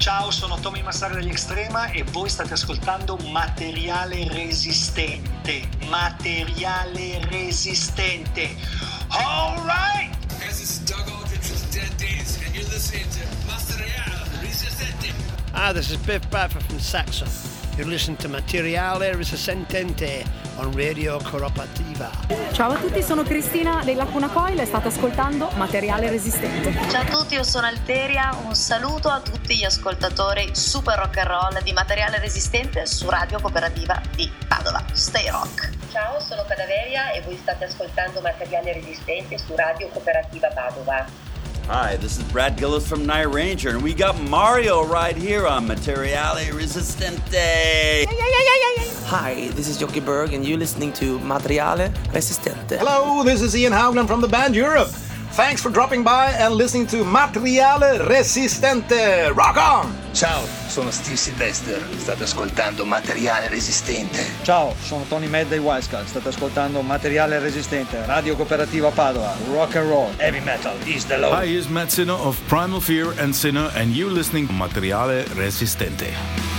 Ciao, sono Tommy Massaro degli Extrema e voi state ascoltando Materiale Resistente. Materiale Resistente. All right! This is Doug Aldrich with Dead Days, and you're listening to Materiale Resistente. This is Biff Buffer from Saxon. You're listening to Materiale Resistente on Radio Cooperativa. Ciao a tutti, sono Cristina dei Lacuna Coil e state ascoltando Materiale Resistente. Ciao a tutti, io sono Alteria, un saluto a tutti gli ascoltatori super rock and roll di Materiale Resistente su Radio Cooperativa di Padova. Stay rock! Ciao, sono Cadaveria e voi state ascoltando Materiale Resistente su Radio Cooperativa Padova. Hi, this is Brad Gillis from Night Ranger, and we got Mario right here on Materiale Resistente. Hi, this is Jockey Berg, and you're listening to Materiale Resistente. Hello, this is Ian Howland from the band Europe. Thanks for dropping by and listening to Materiale Resistente. Rock on! Ciao, sono Steve Sylvester, state ascoltando Materiale Resistente. Ciao, sono Tony Mad dei Wildcat, state ascoltando Materiale Resistente, Radio Cooperativa Padova, rock and roll, heavy metal is the law. Hi, here's Matt Sinner of Primal Fear and Sinner, and you listening to Materiale Resistente.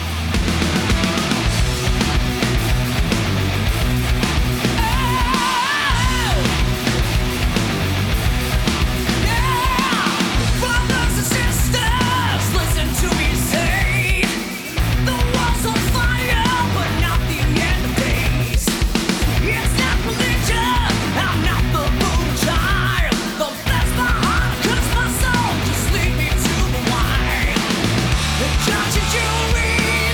Judging you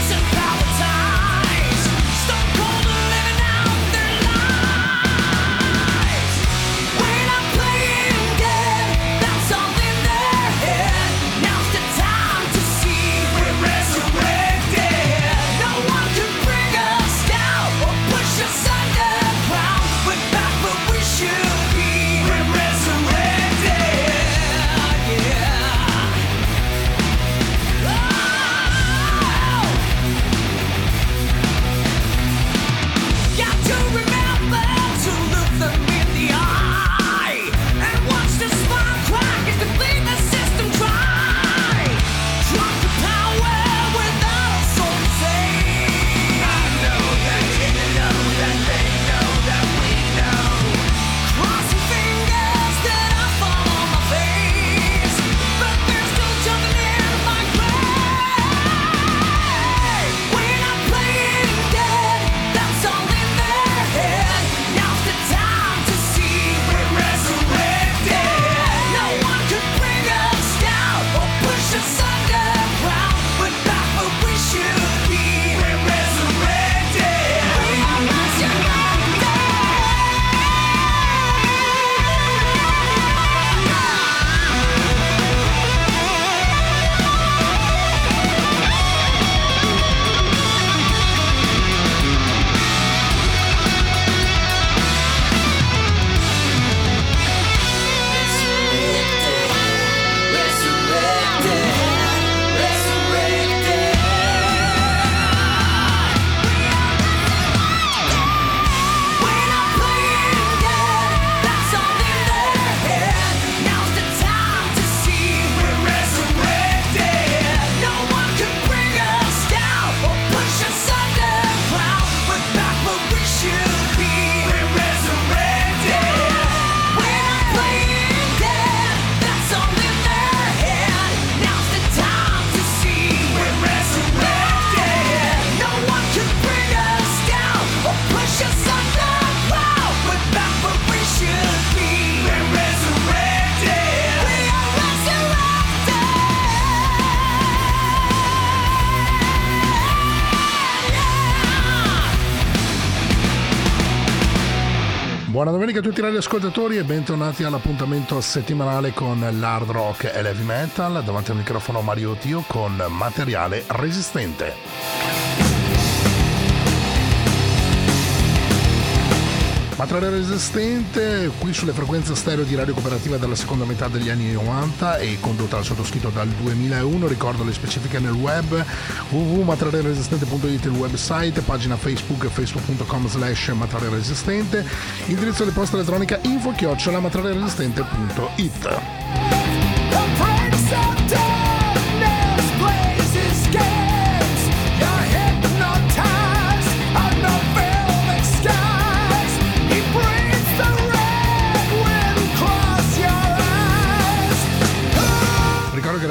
Buona domenica a tutti i radioascoltatori e bentornati all'appuntamento settimanale con l'hard rock e l'heavy metal. Davanti al microfono Mario Tio con Materiale Resistente. Materiale Resistente qui sulle frequenze stereo di Radio Cooperativa dalla seconda metà degli anni 90 e condotta dal sottoscritto dal 2001. Ricordo le specifiche nel web: www.materialeresistente.it, il website, pagina Facebook, facebook.com/materiale resistente, indirizzo di posta elettronica info@materialeresistente.it.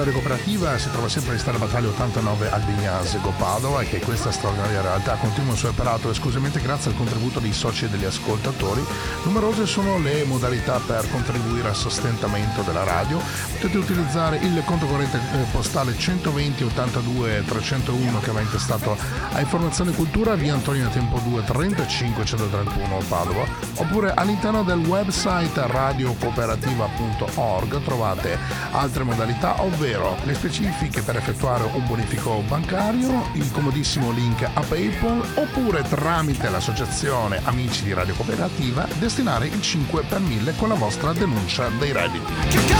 Radio Cooperativa si trova sempre in Stella Battaglia 89 al Vignasego Padova e che questa straordinaria realtà continua il suo operato esclusivamente grazie al contributo dei soci e degli ascoltatori. Numerose sono le modalità per contribuire al sostentamento della radio. Potete utilizzare il conto corrente postale 120 82 301 che va intestato a Informazione e Cultura, via Antonio Tempo 2 35 131 Padova, oppure all'interno del website radiocooperativa.org trovate altre modalità, ovvero le specifiche per effettuare un bonifico bancario, il comodissimo link a PayPal, oppure tramite l'associazione Amici di Radio Cooperativa destinare il 5 per 1000 con la vostra denuncia dei redditi.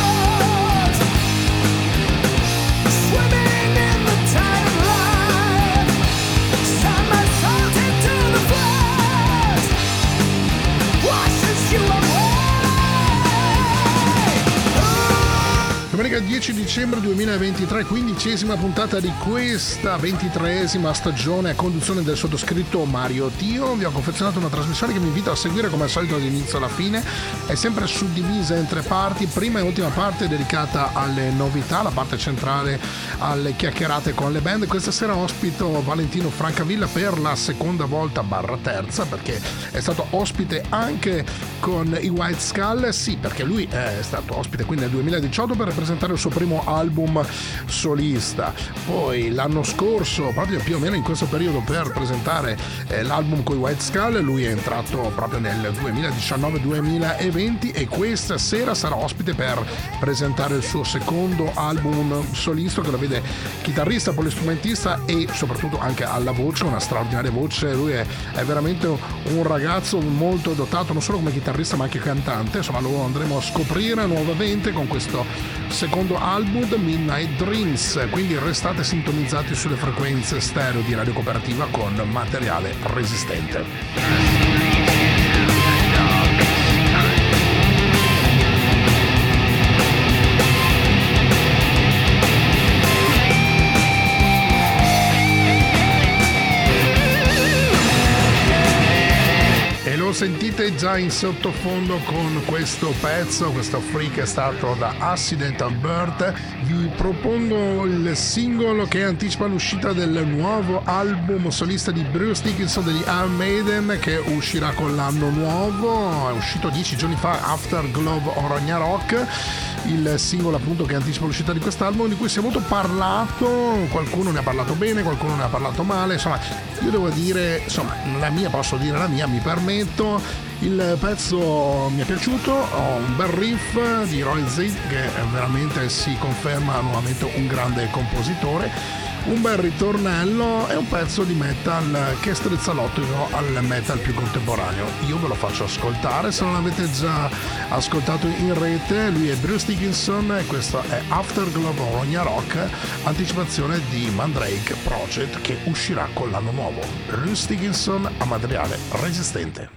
Domenica 10 dicembre 2023, 15ª puntata di questa 23ª stagione a conduzione del sottoscritto Mario Tio. Vi ho confezionato una trasmissione che vi invito a seguire come al solito dall'inizio alla fine. È sempre suddivisa in 3 parti, prima e ultima parte dedicata alle novità, la parte centrale alle chiacchierate con le band. Questa sera ospito Valentino Francavilla per la seconda volta / terza, perché è stato ospite anche con i White Skull, sì, perché lui è stato ospite qui nel 2018 per presentare il suo primo album solista, poi l'anno scorso proprio più o meno in questo periodo per presentare l'album con i White Skull lui è entrato proprio nel 2019-2020 e questa sera sarà ospite per presentare il suo secondo album solista che lo vede chitarrista, polistrumentista e soprattutto anche alla voce, una straordinaria voce. Lui è veramente un ragazzo molto dotato non solo come chitarrista ma anche cantante, insomma lo andremo a scoprire nuovamente con questo secondo album Midnight Dreams, quindi restate sintonizzati sulle frequenze stereo di Radio Cooperativa con Materiale Resistente. Sentite già in sottofondo con questo pezzo, questo freak è stato da Accidental Birth. Vi propongo il singolo che anticipa l'uscita del nuovo album solista di Bruce Dickinson degli Iron Maiden, che uscirà con l'anno nuovo. È uscito 10 giorni fa, Afterglow o Ragnarok, il singolo appunto che anticipa l'uscita di quest'album, di cui si è molto parlato, qualcuno ne ha parlato bene, qualcuno ne ha parlato male, insomma io devo dire, insomma la mia, posso dire la mia, mi permetto. Il pezzo mi è piaciuto, ho un bel riff di Roy Zid che veramente si conferma nuovamente un grande compositore, un bel ritornello e un pezzo di metal che strizza l'occhio al metal più contemporaneo. Io ve lo faccio ascoltare se non l'avete già ascoltato in rete. Lui è Bruce Dickinson e questo è Afterglow o Ragnarok, anticipazione di Mandrake Project che uscirà con l'anno nuovo. Bruce Dickinson a Materiale Resistente.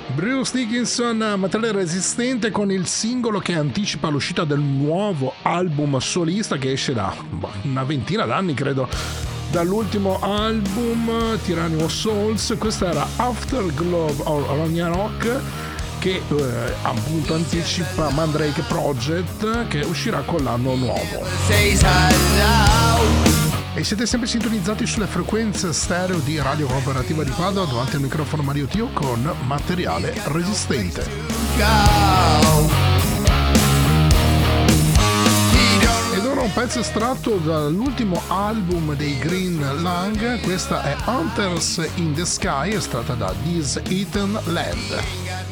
Bruce Dickinson, materiale resistente, con il singolo che anticipa l'uscita del nuovo album solista che esce da una ventina d'anni, credo, dall'ultimo album Tyranny of Souls. Questa era Afterglow of Ragnarok, che appunto anticipa Mandrake Project, che uscirà con l'anno nuovo. E siete sempre sintonizzati sulle frequenze stereo di Radio Cooperativa di Padova. Davanti al microfono Mario Tio con materiale resistente. Ed ora un pezzo estratto dall'ultimo album dei Green Lung. Questa è Hunters in the Sky, estratta da This Eaten Land.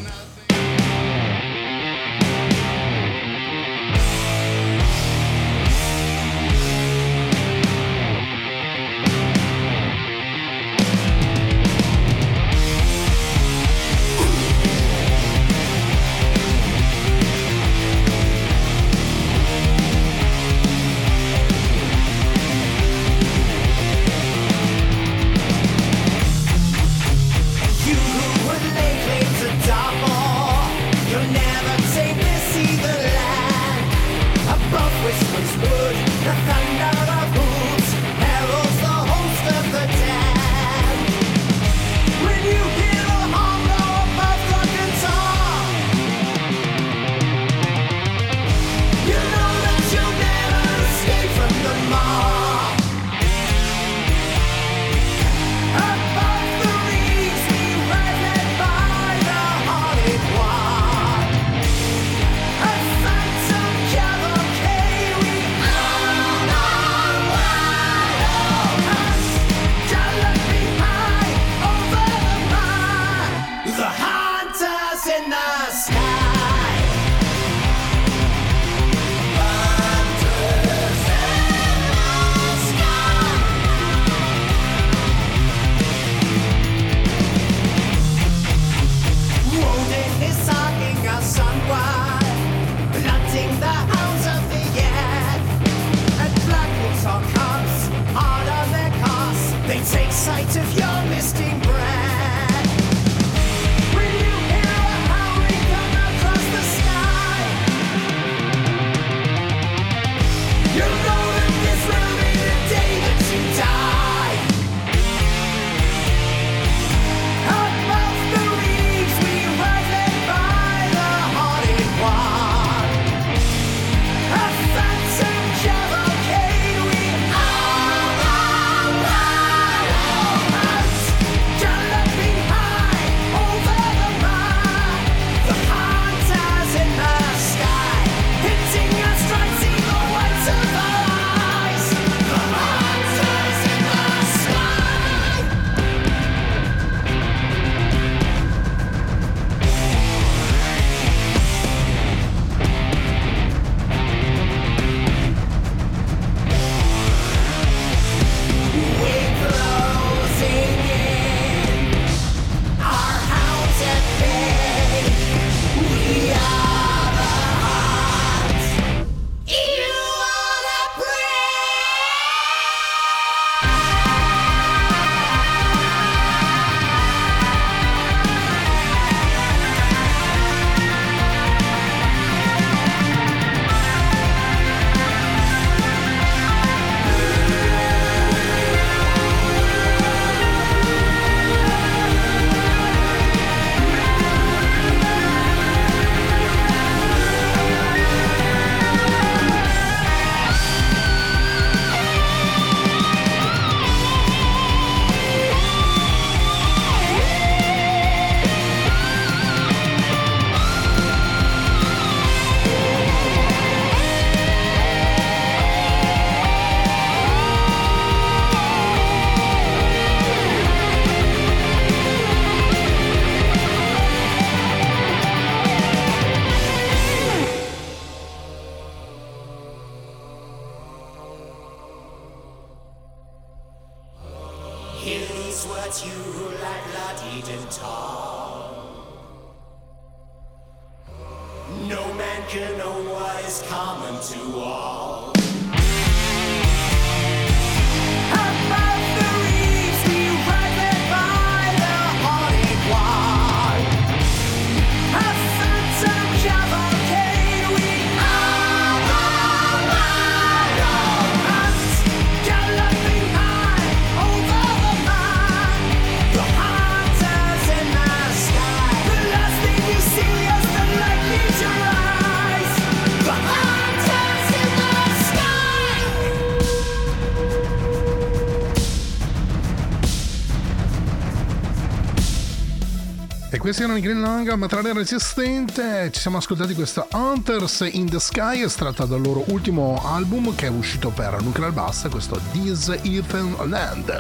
Here's what you like, la-dee-din tom. No man can know what is common to all. Above the reeds we ride by the haunted wall. E questi erano i Green Lung, materiale resistente. Ci siamo ascoltati questa Hunters in the Sky, estratta dal loro ultimo album che è uscito per Nuclear Blast, questo This Ethan Land.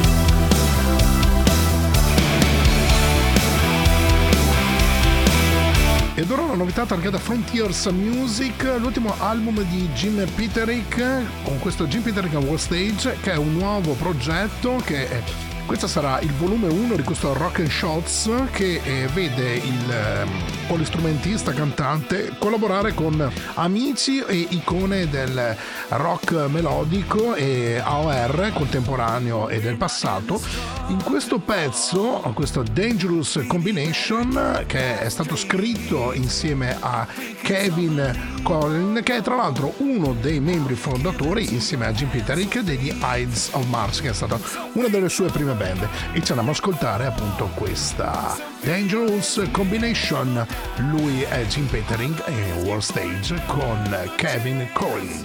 Ed ora una novità targata Frontiers Music, l'ultimo album di Jim Peterick, con questo Jim Peterick on World Stage, che è un nuovo progetto che questo sarà il volume 1 di questo Rock and Shots, che vede il polistrumentista cantante collaborare con amici e icone del rock melodico e AOR contemporaneo e del passato. In questo pezzo, questo Dangerous Combination, che è stato scritto insieme a Kevin Collin, che è tra l'altro uno dei membri fondatori insieme a Jim Peterick degli Ides of March, che è stata una delle sue prime band, e ci andiamo a ascoltare appunto questa Dangerous Combination. Lui è Jim Peterick in World Stage con Kevin Collin.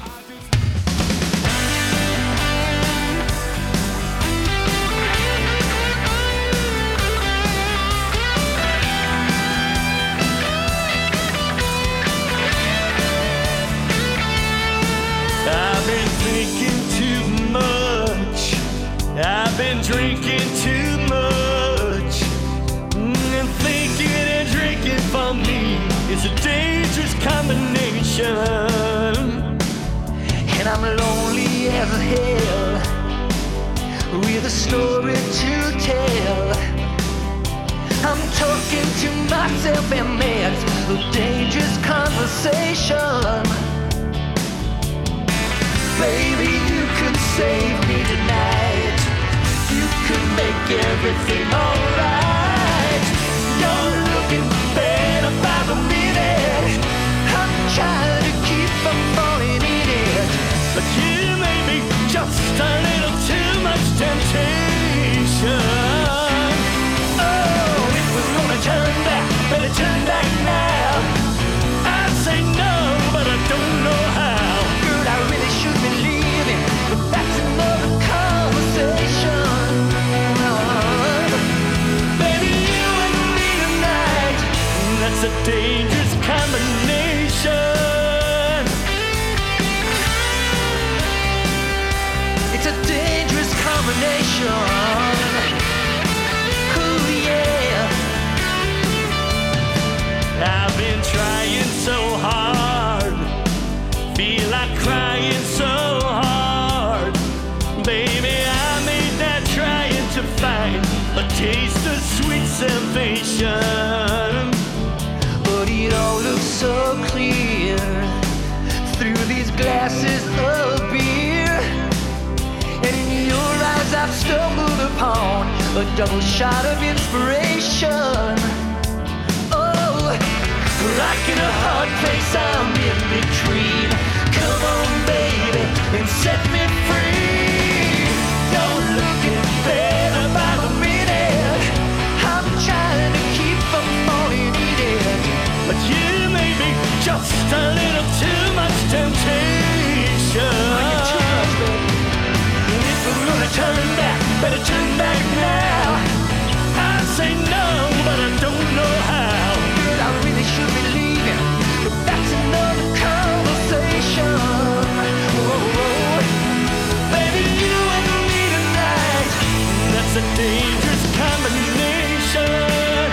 I've been drinking too much, and thinking and drinking for me is a dangerous combination. And I'm lonely as hell, with a story to tell. I'm talking to myself and it's a dangerous conversation. Baby, you can save me tonight. You can make everything alright. You're looking better by the minute. I'm trying to keep from falling in it, but you made me just a little too much temptation. Oh, if we're gonna turn back, better turn back now. I'd say no, but I don't know how. Girl, I really should be leaving, but that's another conversation. Baby, you and me tonight, that's a dangerous combination. It's a dangerous combination. Ooh, yeah. I've been trying so hard, feel like crying so hard. Baby, I made that trying to find a taste of sweet salvation. But it all looks so clear through these glasses of beer. And in your eyes I've stumbled upon a double shot of inspiration. Oh, like in a hard place I'm in between. Come on baby and set me free. You're looking better by the minute. I'm trying to keep from falling in it, but you may be just a little too much temptation. And if we're gonna turn back, better turn back now. I say no, but I don't know how. Girl, I really should be leaving, but that's another conversation. Whoa. Baby, you and me tonight, that's a dangerous combination.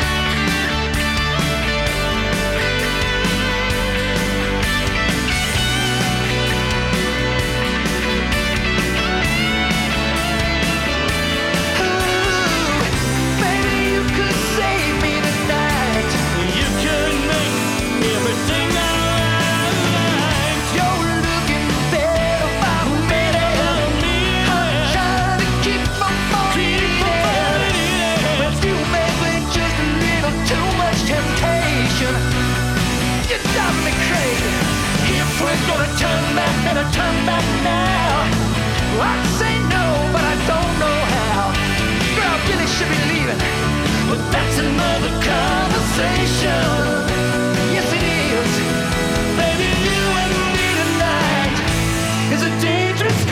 Turn back, better turn back now. I'd say no, but I don't know how. Girl, I really should be leaving, but that's another conversation. Yes, it is. Baby, you and me tonight is a dangerous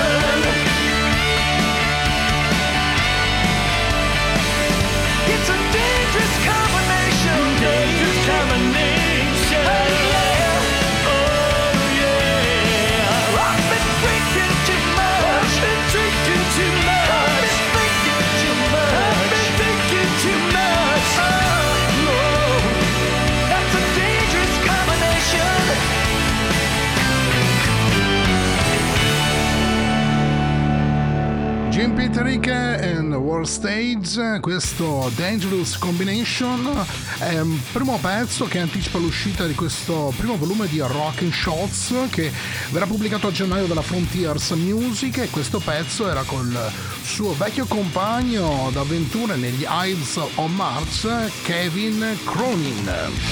combination. It's a Jim Peterick and World Stage, questo Dangerous Combination è un primo pezzo che anticipa l'uscita di questo primo volume di Rock & Shots che verrà pubblicato a gennaio dalla Frontiers Music, e questo pezzo era col suo vecchio compagno d'avventure negli Ides of March, Kevin Cronin.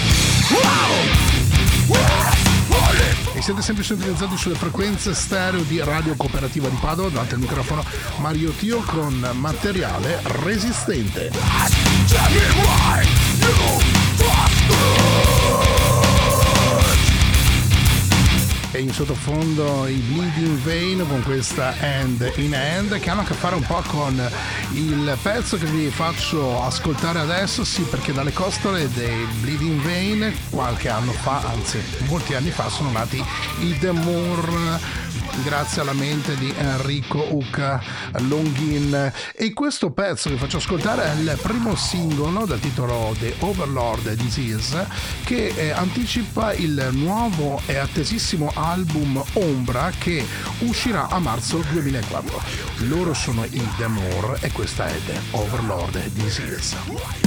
E siete sempre sintonizzati sulle frequenze stereo di Radio Cooperativa di Padova. Davanti al microfono Mario Tio con Materiale Resistente. E in sottofondo i Bleeding Vein con questa Hand in Hand, che hanno a che fare un po' con il pezzo che vi faccio ascoltare adesso. Sì, perché dalle costole dei Bleeding Vein qualche anno fa, anzi molti anni fa, sono nati i The Moore, grazie alla mente di Enrico Uca Longin. E questo pezzo che faccio ascoltare è il primo singolo dal titolo The Overlord Disease, che anticipa il nuovo e attesissimo album Ombra che uscirà a marzo 2004. Loro sono i The Moore e questa è The Overlord Disease.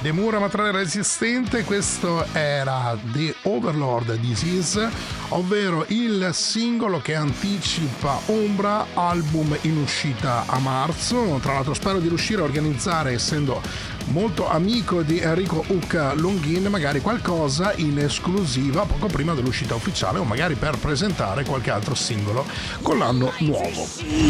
dei Mura Materiale Resistente. Questo era The Overlord Disease, ovvero il singolo che anticipa Ombra, album in uscita a marzo. Tra l'altro spero di riuscire a organizzare, essendo molto amico di Enrico Ucca Longhin, magari qualcosa in esclusiva poco prima dell'uscita ufficiale, o magari per presentare qualche altro singolo con l'anno nuovo.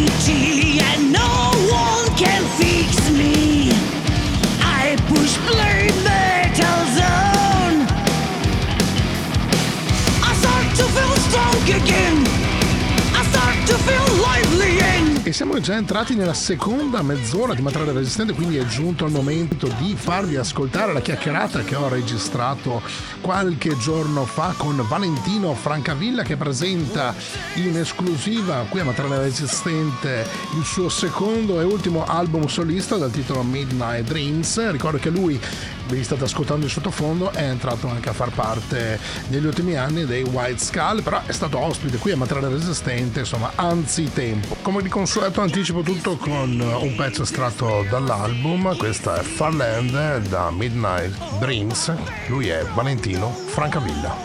E siamo già entrati nella seconda mezz'ora di Materiale Resistente, quindi è giunto il momento di farvi ascoltare la chiacchierata che ho registrato qualche giorno fa con Valentino Francavilla, che presenta in esclusiva qui a Materiale Resistente il suo secondo e ultimo album solista dal titolo Midnight Dreams. Ricordo che lui, vi state ascoltando in sottofondo, è entrato anche a far parte negli ultimi anni dei White Skull, però è stato ospite qui a Materiale Resistente, insomma, anzitempo. Come di consueto anticipo tutto con un pezzo estratto dall'album. Questa è Farland da Midnight Dreams. Lui è Valentino Francavilla.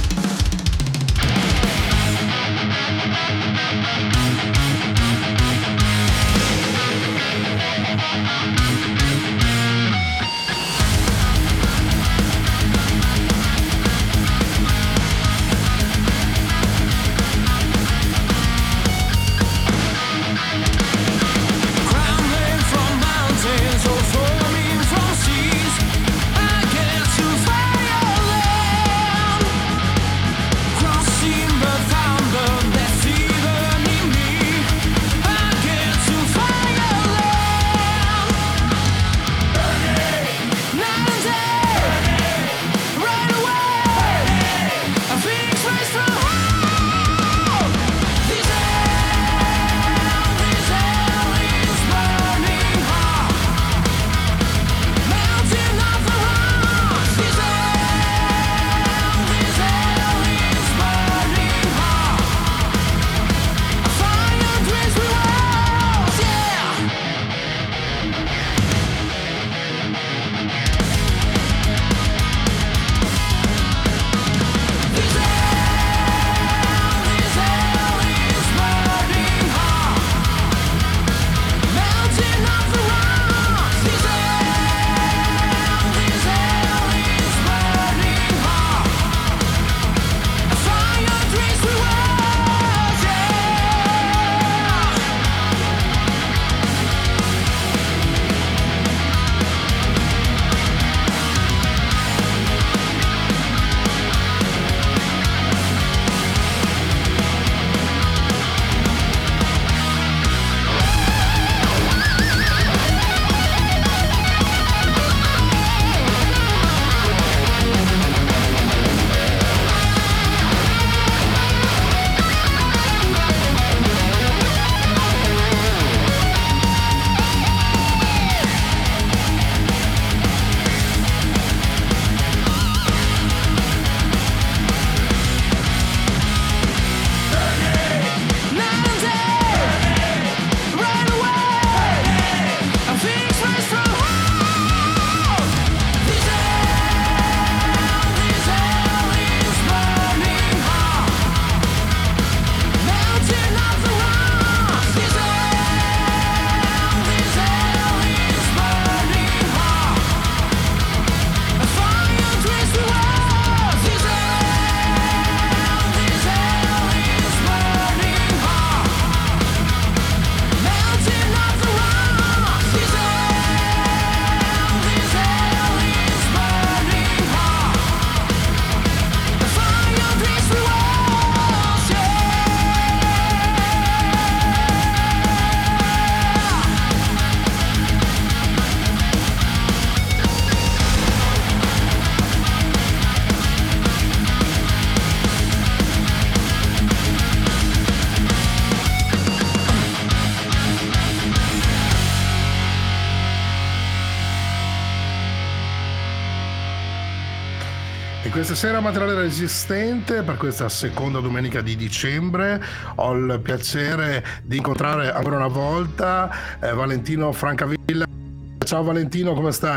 E questa sera Materiale Resistente, per questa seconda domenica di dicembre, ho il piacere di incontrare ancora una volta Valentino Francavilla. Ciao Valentino, come stai?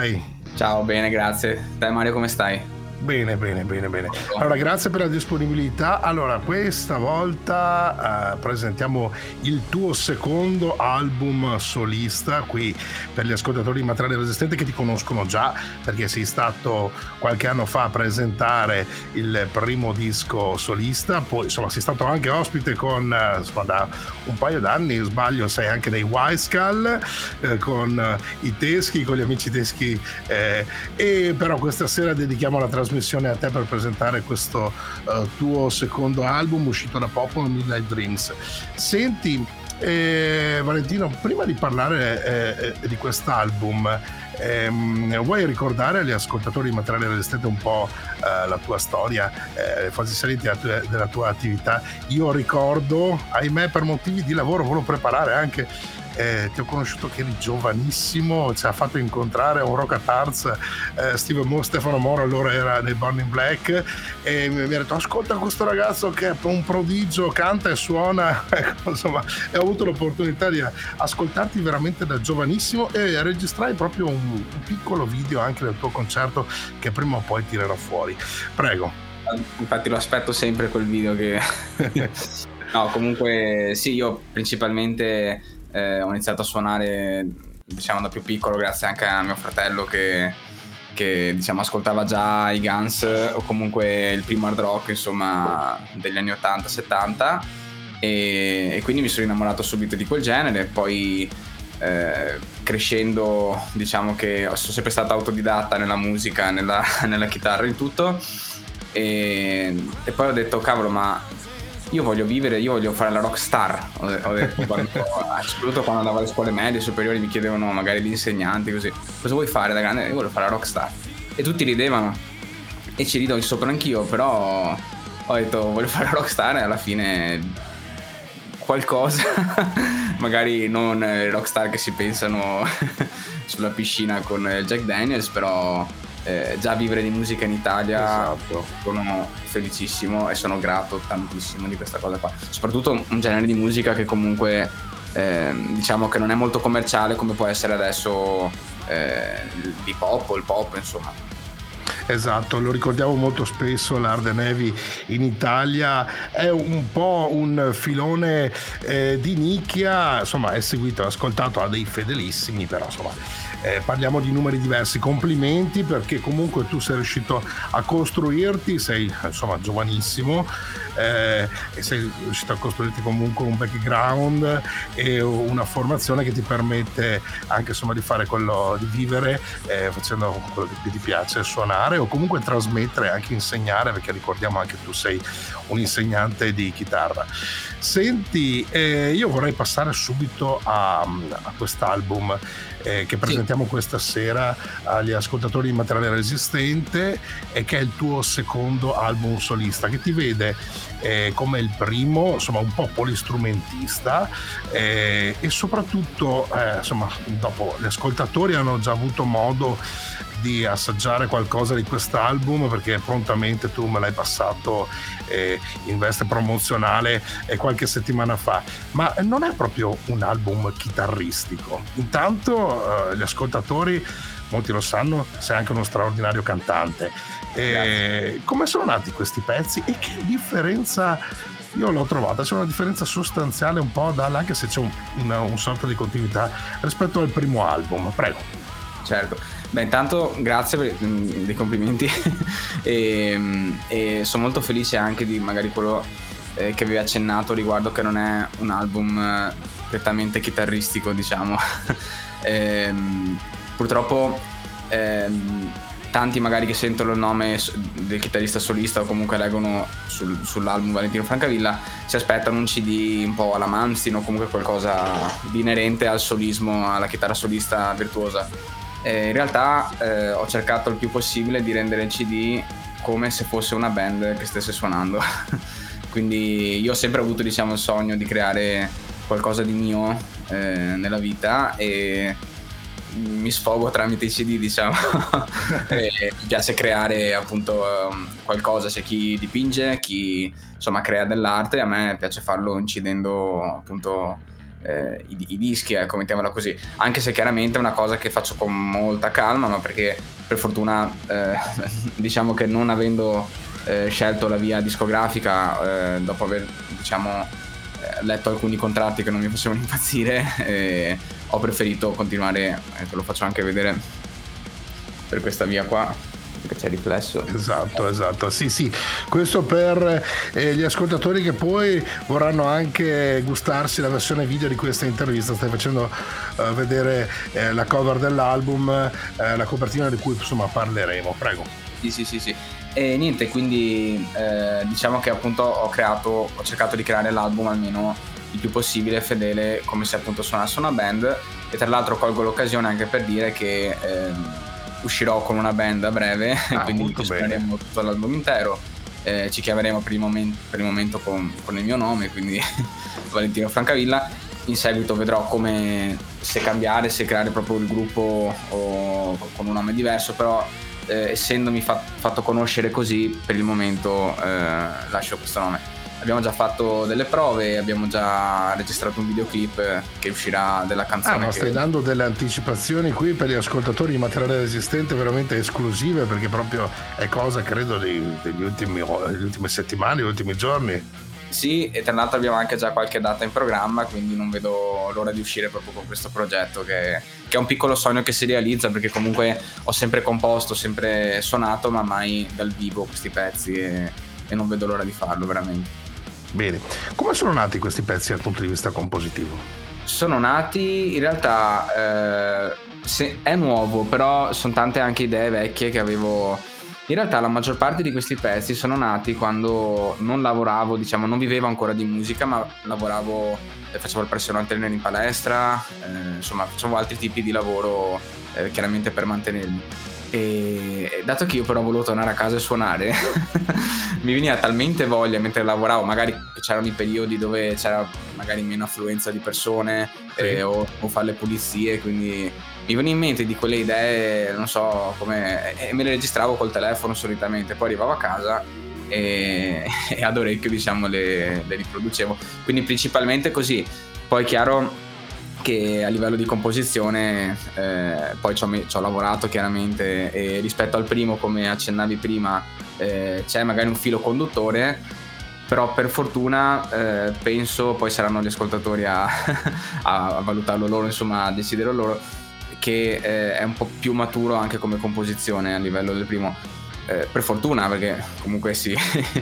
Ciao, bene, grazie. Te Mario, come stai? Bene. Allora, grazie per la disponibilità. Allora, questa volta presentiamo il tuo secondo album solista qui per gli ascoltatori di Materiale Resistente che ti conoscono già, perché sei stato qualche anno fa a presentare il primo disco solista, poi insomma sei stato anche ospite con da un paio d'anni, sbaglio, sei anche dei Wisecal con i Teschi, con gli amici Teschi, e però questa sera dedichiamo la trasmissione a te per presentare questo tuo secondo album uscito da poco, Midnight Dreams. Senti, Valentino, prima di parlare di quest'album, vuoi ricordare agli ascoltatori di Materiale Resistente un po' la tua storia, le fasi salienti della tua attività? Io ricordo, ahimè, per motivi di lavoro volevo preparare anche, ti ho conosciuto che eri giovanissimo, ci ha fatto incontrare a un Rock at Arts Stefano Moro, allora era nei Born in Black, e mi ha detto ascolta questo ragazzo che è un prodigio, canta e suona, insomma, e ho avuto l'opportunità di ascoltarti veramente da giovanissimo e registrai proprio un piccolo video anche del tuo concerto che prima o poi tirerò fuori. Prego. Infatti lo aspetto sempre quel video che no, comunque sì, io principalmente ho iniziato a suonare, diciamo, da più piccolo, grazie anche a mio fratello che diciamo ascoltava già i Guns o comunque il primo hard rock, insomma, degli anni 80-70, e quindi mi sono innamorato subito di quel genere. Poi crescendo, diciamo che sono sempre stato autodidatta nella musica, nella chitarra, in tutto, e poi ho detto cavolo, ma io voglio vivere, io voglio fare la rockstar. Ho detto, soprattutto quando andavo alle scuole medie, superiori, mi chiedevano magari gli insegnanti così, cosa vuoi fare da grande? Io voglio fare la rockstar, e tutti ridevano e ci rido sopra anch'io, però ho detto voglio fare la rockstar, e alla fine qualcosa magari non le rockstar che si pensano sulla piscina con Jack Daniels, però già vivere di musica in Italia, esatto. Sono felicissimo e sono grato tantissimo di questa cosa qua, soprattutto un genere di musica che comunque diciamo che non è molto commerciale come può essere adesso l'hip hop o il pop, insomma. Esatto, lo ricordiamo molto spesso, l'hard and heavy in Italia è un po' un filone di nicchia, insomma è seguito e ascoltato, ha dei fedelissimi, però insomma parliamo di numeri diversi. Complimenti, perché comunque tu sei riuscito a costruirti, sei insomma giovanissimo, e sei riuscito a costruirti comunque un background e una formazione che ti permette anche insomma di fare quello, di vivere facendo quello che ti piace, suonare o comunque trasmettere, anche insegnare, perché ricordiamo anche tu sei un insegnante di chitarra. Senti, io vorrei passare subito a quest'album che presentiamo questa sera agli ascoltatori di Materiale Resistente, e che è il tuo secondo album solista, che ti vede come il primo, insomma, un po' polistrumentista, e soprattutto insomma, dopo gli ascoltatori hanno già avuto modo di assaggiare qualcosa di quest'album, perché prontamente tu me l'hai passato in veste promozionale qualche settimana fa, ma non è proprio un album chitarristico. Intanto gli ascoltatori, molti lo sanno, sei anche uno straordinario cantante. Come sono nati questi pezzi e che differenza? Io l'ho trovata, c'è una differenza sostanziale un po' anche se c'è un sorta di continuità rispetto al primo album. Prego. Certo. Beh, intanto grazie per dei complimenti e sono molto felice anche di magari quello che avevi accennato riguardo, che non è un album prettamente chitarristico, diciamo. Purtroppo tanti magari che sentono il nome del chitarrista solista o comunque leggono sull'album Valentino Francavilla si aspettano un CD un po' alla Manstein o comunque qualcosa di inerente al solismo, alla chitarra solista virtuosa. In realtà ho cercato il più possibile di rendere il CD come se fosse una band che stesse suonando. Quindi io ho sempre avuto, diciamo, il sogno di creare qualcosa di mio nella vita, e mi sfogo tramite i CD, diciamo. Mi piace creare appunto qualcosa, c'è chi dipinge, chi insomma crea dell'arte, a me piace farlo incidendo appunto i dischi, ecco, mettiamola così, anche se chiaramente è una cosa che faccio con molta calma, ma perché per fortuna diciamo che non avendo scelto la via discografica, dopo aver diciamo letto alcuni contratti che non mi facevano impazzire, ho preferito continuare, te lo faccio anche vedere per questa via qua, che c'è riflesso. Esatto, sì, questo per gli ascoltatori che poi vorranno anche gustarsi la versione video di questa intervista. Stai facendo vedere la cover dell'album, la copertina di cui insomma parleremo. Prego. Sì. E niente, quindi diciamo che appunto ho cercato di creare l'album almeno il più possibile fedele, come se appunto suonasse una band. E tra l'altro colgo l'occasione anche per dire che uscirò con una band a breve, quindi suoneremo tutto l'album intero, ci chiameremo per il momento con il mio nome, quindi Valentino Francavilla. In seguito vedrò come, se cambiare, se creare proprio il gruppo o con un nome diverso, però essendomi fatto conoscere così, per il momento lascio questo nome. Abbiamo già fatto delle prove, abbiamo già registrato un videoclip che uscirà della canzone. Ma stai dando delle anticipazioni qui per gli ascoltatori di Materiale Resistente veramente esclusive, perché proprio è cosa credo delle ultime settimane, degli ultimi giorni. Sì, e tra l'altro abbiamo anche già qualche data in programma, quindi non vedo l'ora di uscire proprio con questo progetto che è un piccolo sogno che si realizza, perché comunque ho sempre composto, sempre suonato, ma mai dal vivo questi pezzi, e non vedo l'ora di farlo veramente. Bene, come sono nati questi pezzi dal punto di vista compositivo? Sono nati, in realtà è nuovo, però sono tante anche idee vecchie che avevo. In realtà la maggior parte di questi pezzi sono nati quando non lavoravo, diciamo, non vivevo ancora di musica, ma lavoravo, facevo il personal trainer in palestra, insomma facevo altri tipi di lavoro chiaramente per mantenermi. E dato che io però volevo tornare a casa e suonare mi veniva talmente voglia mentre lavoravo, magari c'erano i periodi dove c'era magari meno affluenza di persone, o fare le pulizie, quindi mi veniva in mente di quelle idee, non so come, e me le registravo col telefono solitamente, poi arrivavo a casa e ad orecchio diciamo le riproducevo, quindi principalmente così. Poi chiaro che a livello di composizione poi ci ho lavorato chiaramente, e rispetto al primo, come accennavi prima, c'è magari un filo conduttore, però per fortuna penso, poi saranno gli ascoltatori a valutarlo loro, insomma a decidere loro, che è un po' più maturo anche come composizione a livello del primo, per fortuna, perché comunque si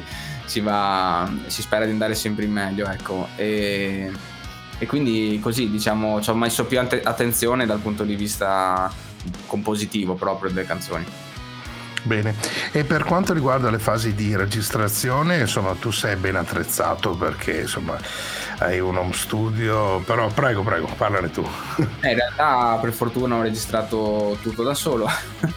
spera di andare sempre in meglio, ecco, e quindi così diciamo ci ho messo più attenzione dal punto di vista compositivo proprio delle canzoni. Bene, e per quanto riguarda le fasi di registrazione, insomma tu sei ben attrezzato, perché insomma hai un home studio, però prego, parlane tu. In realtà per fortuna ho registrato tutto da solo,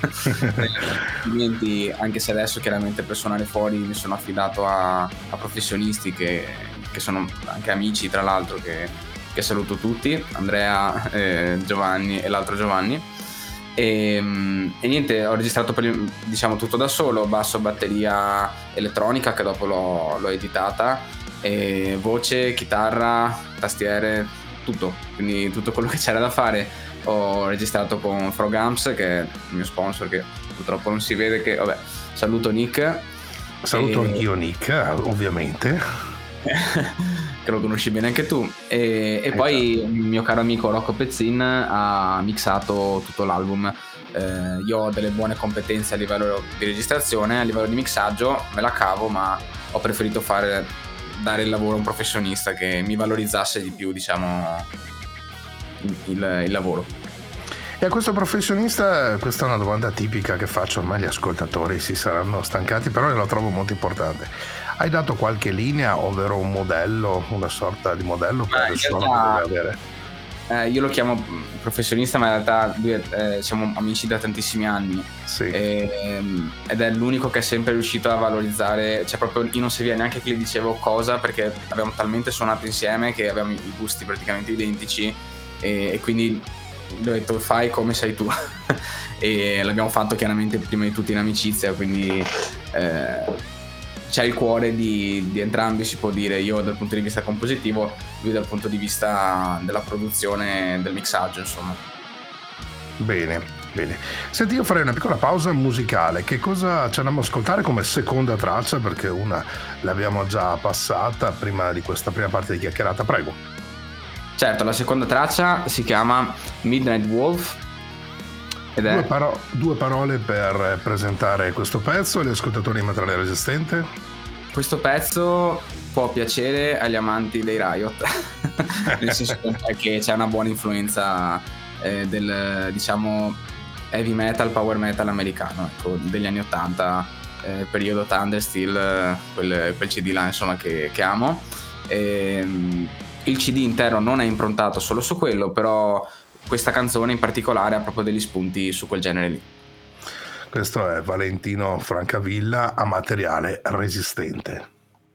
anche se adesso chiaramente per suonare fuori mi sono affidato a professionisti che sono anche amici, tra l'altro, che saluto tutti, Andrea, Giovanni e l'altro Giovanni. E niente, ho registrato diciamo tutto da solo, basso, batteria, elettronica che dopo l'ho editata, e voce, chitarra, tastiere, tutto, quindi tutto quello che c'era da fare. Ho registrato con Frog Amps, che è il mio sponsor, che purtroppo non si vede, che vabbè, saluto Nick. Saluto anch'io Nick, ovviamente. Che lo conosci bene anche tu, e poi il mio caro amico Rocco Pezzin ha mixato tutto l'album. Io ho delle buone competenze a livello di registrazione, a livello di mixaggio me la cavo, ma ho preferito dare il lavoro a un professionista che mi valorizzasse di più, diciamo, il lavoro. E a questo professionista, questa è una domanda tipica che faccio, ormai gli ascoltatori si saranno stancati, però io la trovo molto importante. Hai dato qualche linea, ovvero un modello, una sorta di modello per il suono che deve avere? Io lo chiamo professionista, ma in realtà siamo amici da tantissimi anni, sì. Ed è l'unico che è sempre riuscito a valorizzare, cioè proprio io non sapeva neanche che gli dicevo cosa, perché abbiamo talmente suonato insieme che avevamo i gusti praticamente identici, e quindi gli ho detto fai come sei tu e l'abbiamo fatto chiaramente prima di tutto in amicizia, quindi c'è il cuore di entrambi, si può dire, io dal punto di vista compositivo, lui dal punto di vista della produzione, del mixaggio, insomma. Bene. Senti, io farei una piccola pausa musicale. Che cosa ci andiamo ad ascoltare come seconda traccia? Perché una l'abbiamo già passata prima di questa prima parte di chiacchierata. Prego. Certo, la seconda traccia si chiama Midnight Wolf ed è... Due parole per presentare questo pezzo agli ascoltatori di Materiale Resistente. Questo pezzo può piacere agli amanti dei Riot, nel senso che c'è una buona influenza del, diciamo, heavy metal, power metal americano, ecco, degli anni 80, periodo Thundersteel, quel CD là, insomma, che amo. Il CD intero non è improntato solo su quello, però questa canzone in particolare ha proprio degli spunti su quel genere lì. Questo è Valentino Francavilla a Materiale Resistente.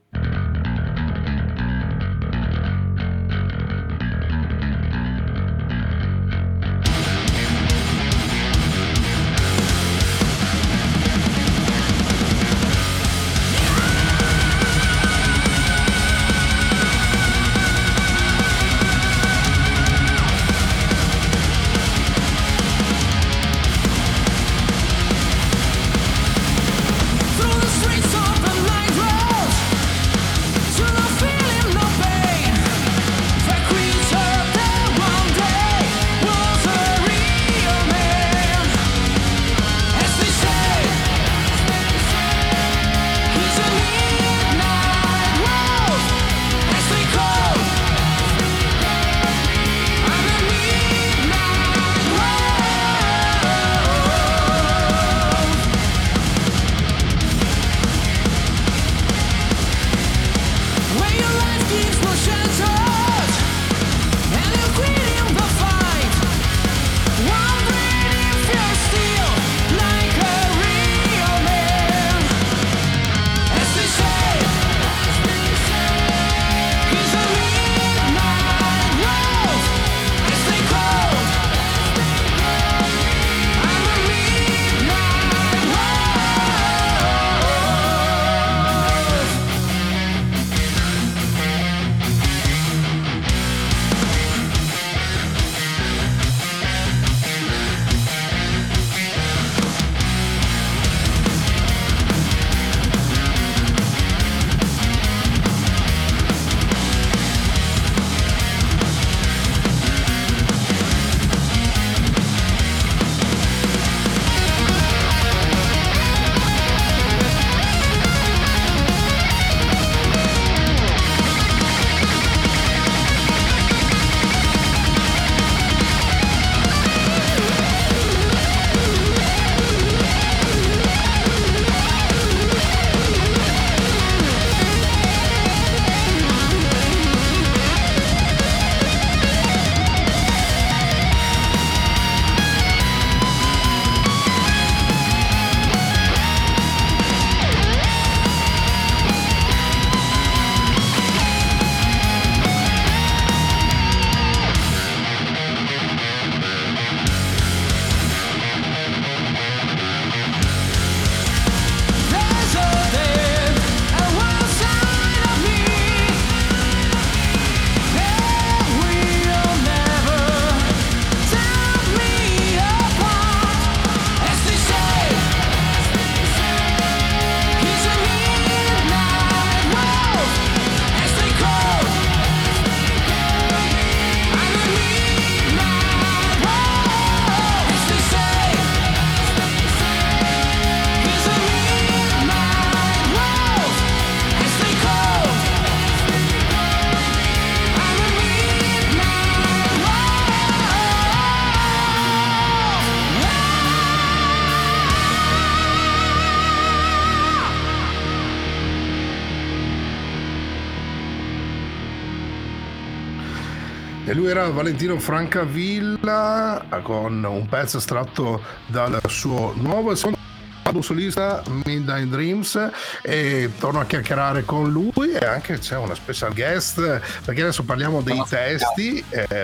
E lui era Valentino Francavilla con un pezzo estratto dal suo nuovo album solista Midnight Dreams, e torno a chiacchierare con lui e anche c'è una special guest perché adesso parliamo dei testi.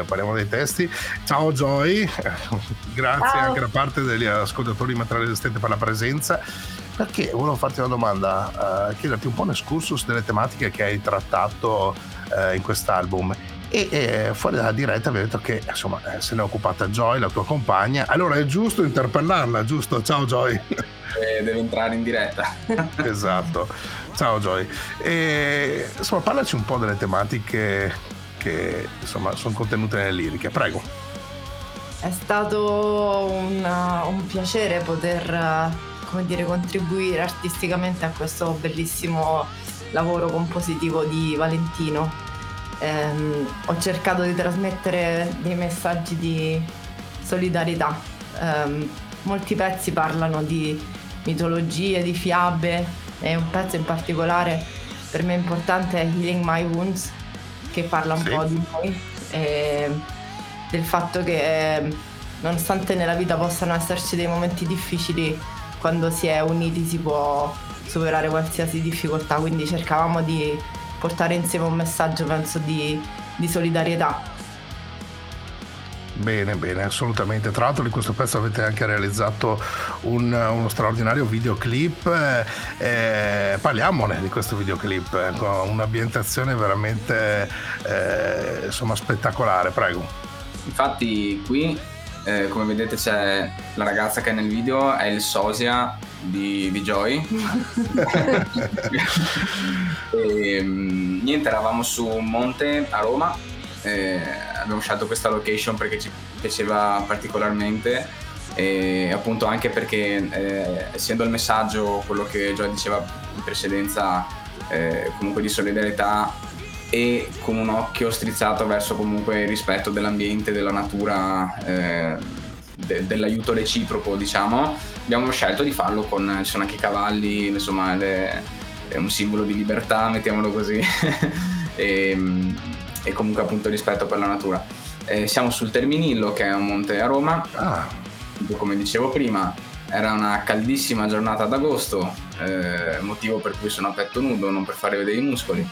Ciao Joy, grazie. Ciao. Anche da parte degli ascoltatori di Materiale Resistente per la presenza. perché volevo farti una domanda, chiederti un po' un excursus delle tematiche che hai trattato in quest'album. E fuori dalla diretta vi ho detto che insomma se ne è occupata Joy, la tua compagna. Allora è giusto interpellarla, giusto? Ciao Joy. Deve entrare in diretta. Esatto. Ciao Joy. E insomma parlaci un po' delle tematiche che insomma sono contenute nelle liriche, prego. È stato un piacere poter contribuire artisticamente a questo bellissimo lavoro compositivo di Valentino. Ho cercato di trasmettere dei messaggi di solidarietà. Molti pezzi parlano di mitologie, di fiabe, e un pezzo in particolare per me importante è Healing My Wounds, che parla un po' di noi e del fatto che nonostante nella vita possano esserci dei momenti difficili, quando si è uniti si può superare qualsiasi difficoltà, quindi cercavamo di portare insieme un messaggio, penso, di solidarietà. Bene, assolutamente. Tra l'altro di questo pezzo avete anche realizzato uno straordinario videoclip. Parliamone di questo videoclip, con un'ambientazione veramente insomma spettacolare, prego. Infatti qui come vedete c'è la ragazza che è nel video, è il sosia di Joy. E, niente, eravamo su un monte a Roma, abbiamo scelto questa location perché ci piaceva particolarmente e appunto anche perché essendo il messaggio quello che Joy diceva in precedenza, comunque di solidarietà e con un occhio strizzato verso comunque il rispetto dell'ambiente, della natura, dell'aiuto reciproco, diciamo, abbiamo scelto di farlo con, ci sono anche i cavalli, insomma è un simbolo di libertà, mettiamolo così. e comunque appunto rispetto per la natura. Siamo sul Terminillo, che è un monte a Roma. Come dicevo prima, era una caldissima giornata d'agosto, motivo per cui sono a petto nudo, non per fare vedere i muscoli.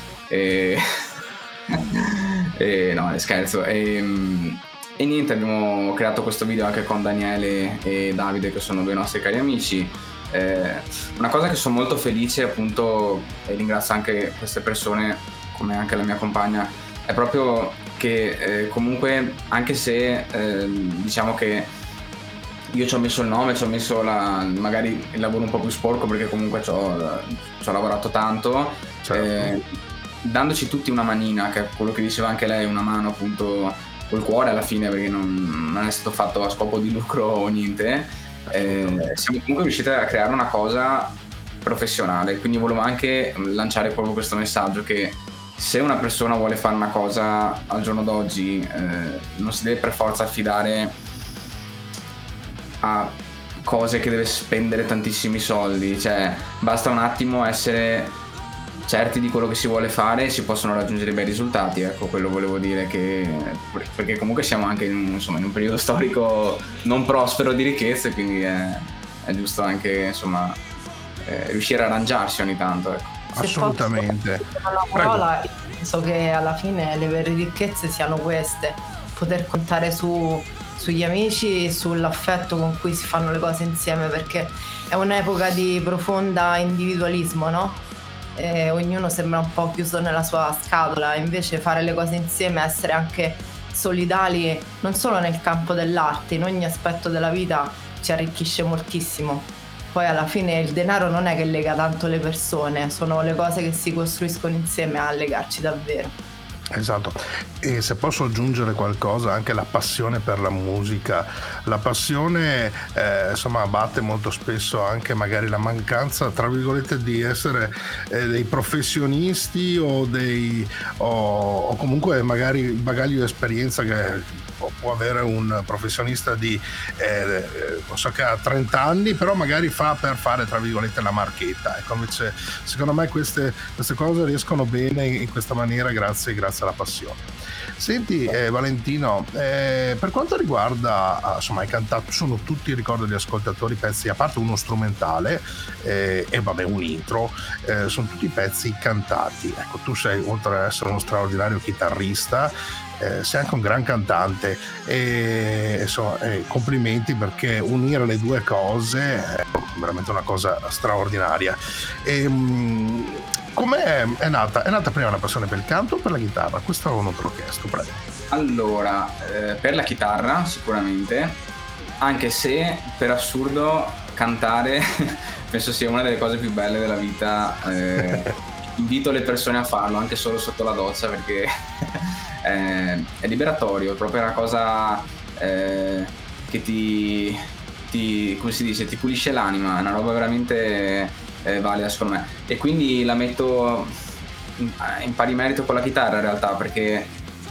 No, scherzo. E niente, abbiamo creato questo video anche con Daniele e Davide, che sono due nostri cari amici. Una cosa che sono molto felice, appunto, e ringrazio anche queste persone, come anche la mia compagna, è proprio che comunque, anche se diciamo che io ci ho messo il nome, ci ho messo magari il lavoro un po' più sporco, perché comunque ci ho lavorato tanto, certo. Dandoci tutti una manina, che è quello che diceva anche lei, una mano appunto col cuore alla fine, perché non è stato fatto a scopo di lucro o niente, siamo comunque riusciti a creare una cosa professionale. Quindi volevo anche lanciare proprio questo messaggio, che se una persona vuole fare una cosa al giorno d'oggi, non si deve per forza affidare a cose che deve spendere tantissimi soldi, cioè basta un attimo essere certi di quello che si vuole fare e si possono raggiungere bei risultati. Ecco, quello volevo dire, che perché comunque siamo anche in un periodo storico non prospero di ricchezze, quindi è giusto anche insomma riuscire a arrangiarsi ogni tanto, ecco. Assolutamente. La parola, penso che alla fine le vere ricchezze siano queste: poter contare sugli amici, sull'affetto con cui si fanno le cose insieme, perché è un'epoca di profonda individualismo, no? Ognuno sembra un po' chiuso nella sua scatola, invece fare le cose insieme, essere anche solidali non solo nel campo dell'arte, in ogni aspetto della vita, ci arricchisce moltissimo. Poi alla fine il denaro non è che lega tanto le persone, sono le cose che si costruiscono insieme a legarci davvero. Esatto, e se posso aggiungere qualcosa, anche la passione per la musica, la passione insomma batte molto spesso anche magari la mancanza, tra virgolette, di essere dei professionisti o comunque magari il bagaglio di esperienza che può avere un professionista di non so, che ha 30 anni, però magari fa per fare, tra virgolette, la marchetta. Ecco, invece secondo me queste cose riescono bene in questa maniera grazie alla passione. Senti Valentino, per quanto riguarda insomma, hai cantato, sono tutti, ricordo agli ascoltatori, pezzi, a parte uno strumentale e vabbè un intro, sono tutti pezzi cantati. Ecco, tu sei, oltre ad essere uno straordinario chitarrista, sei anche un gran cantante e insomma, complimenti, perché unire le due cose è veramente una cosa straordinaria. Com'è nata? È nata prima una passione per il canto o per la chitarra? Questo non te l'ho chiesto, prego. Allora, per la chitarra sicuramente, anche se per assurdo cantare penso sia una delle cose più belle della vita. Invito le persone a farlo anche solo sotto la doccia, perché è liberatorio, è proprio una cosa che ti come si dice, ti pulisce l'anima, è una roba veramente valida secondo me, e quindi la metto in pari merito con la chitarra in realtà, perché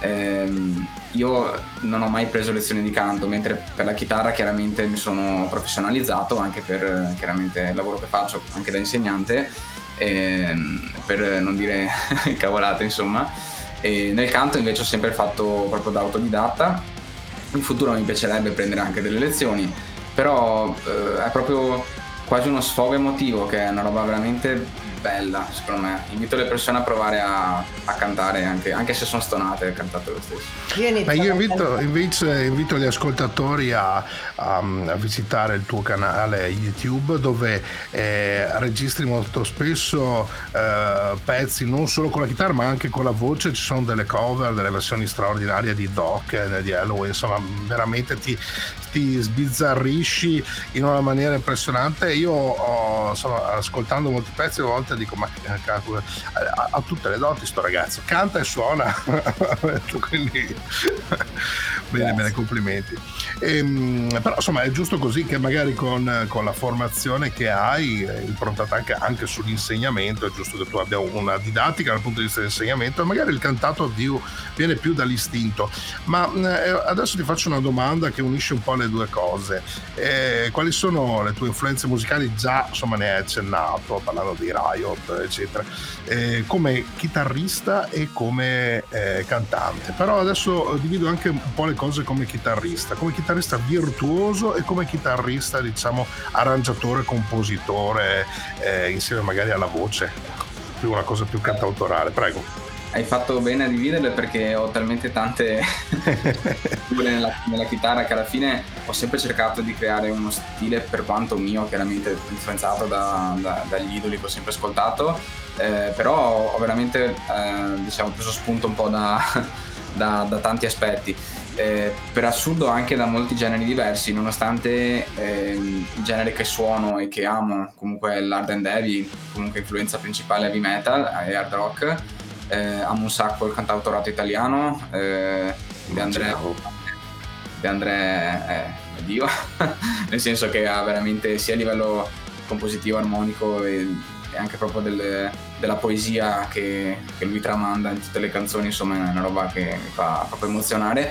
io non ho mai preso lezioni di canto, mentre per la chitarra chiaramente mi sono professionalizzato anche per chiaramente il lavoro che faccio anche da insegnante, per non dire cavolate insomma. E nel canto invece ho sempre fatto proprio da autodidatta. In futuro mi piacerebbe prendere anche delle lezioni, però è proprio quasi uno sfogo emotivo, che è una roba veramente bella secondo me. Invito le persone a provare a cantare, anche se sono stonate, cantate lo stesso. Ma io invito gli ascoltatori a visitare il tuo canale YouTube, dove registri molto spesso pezzi non solo con la chitarra ma anche con la voce. Ci sono delle cover, delle versioni straordinarie di Doc, di Halloween, insomma veramente ti sbizzarrisci in una maniera impressionante. Io ascoltando molti pezzi a volte dico, ma ha tutte le doti sto ragazzo, canta e suona. Quindi bene, complimenti. Però insomma è giusto così, che magari con la formazione che hai improntata anche sull'insegnamento, è giusto che tu abbia una didattica dal punto di vista dell'insegnamento, e magari il cantato viene più dall'istinto. Ma adesso ti faccio una domanda che unisce un po' le due cose. Quali sono le tue influenze musicali? Già insomma ne hai accennato parlando di Riot eccetera, come chitarrista e come cantante, però adesso divido anche un po' le cose come chitarrista virtuoso e come chitarrista diciamo arrangiatore, compositore, insieme magari alla voce, più una cosa più cantautorale. Prego. Hai fatto bene a dividerle, perché ho talmente tante nella chitarra che alla fine ho sempre cercato di creare uno stile, per quanto mio, chiaramente influenzato dagli idoli che ho sempre ascoltato, però ho veramente diciamo preso spunto un po' da tanti aspetti, per assurdo anche da molti generi diversi, nonostante il genere che suono e che amo comunque è l'hard and heavy, comunque influenza principale heavy metal e hard rock. Amo un sacco il cantautorato italiano, De André è Dio nel senso che ha veramente, sia a livello compositivo, armonico e anche proprio della poesia che lui tramanda in tutte le canzoni, insomma è una roba che mi fa proprio emozionare.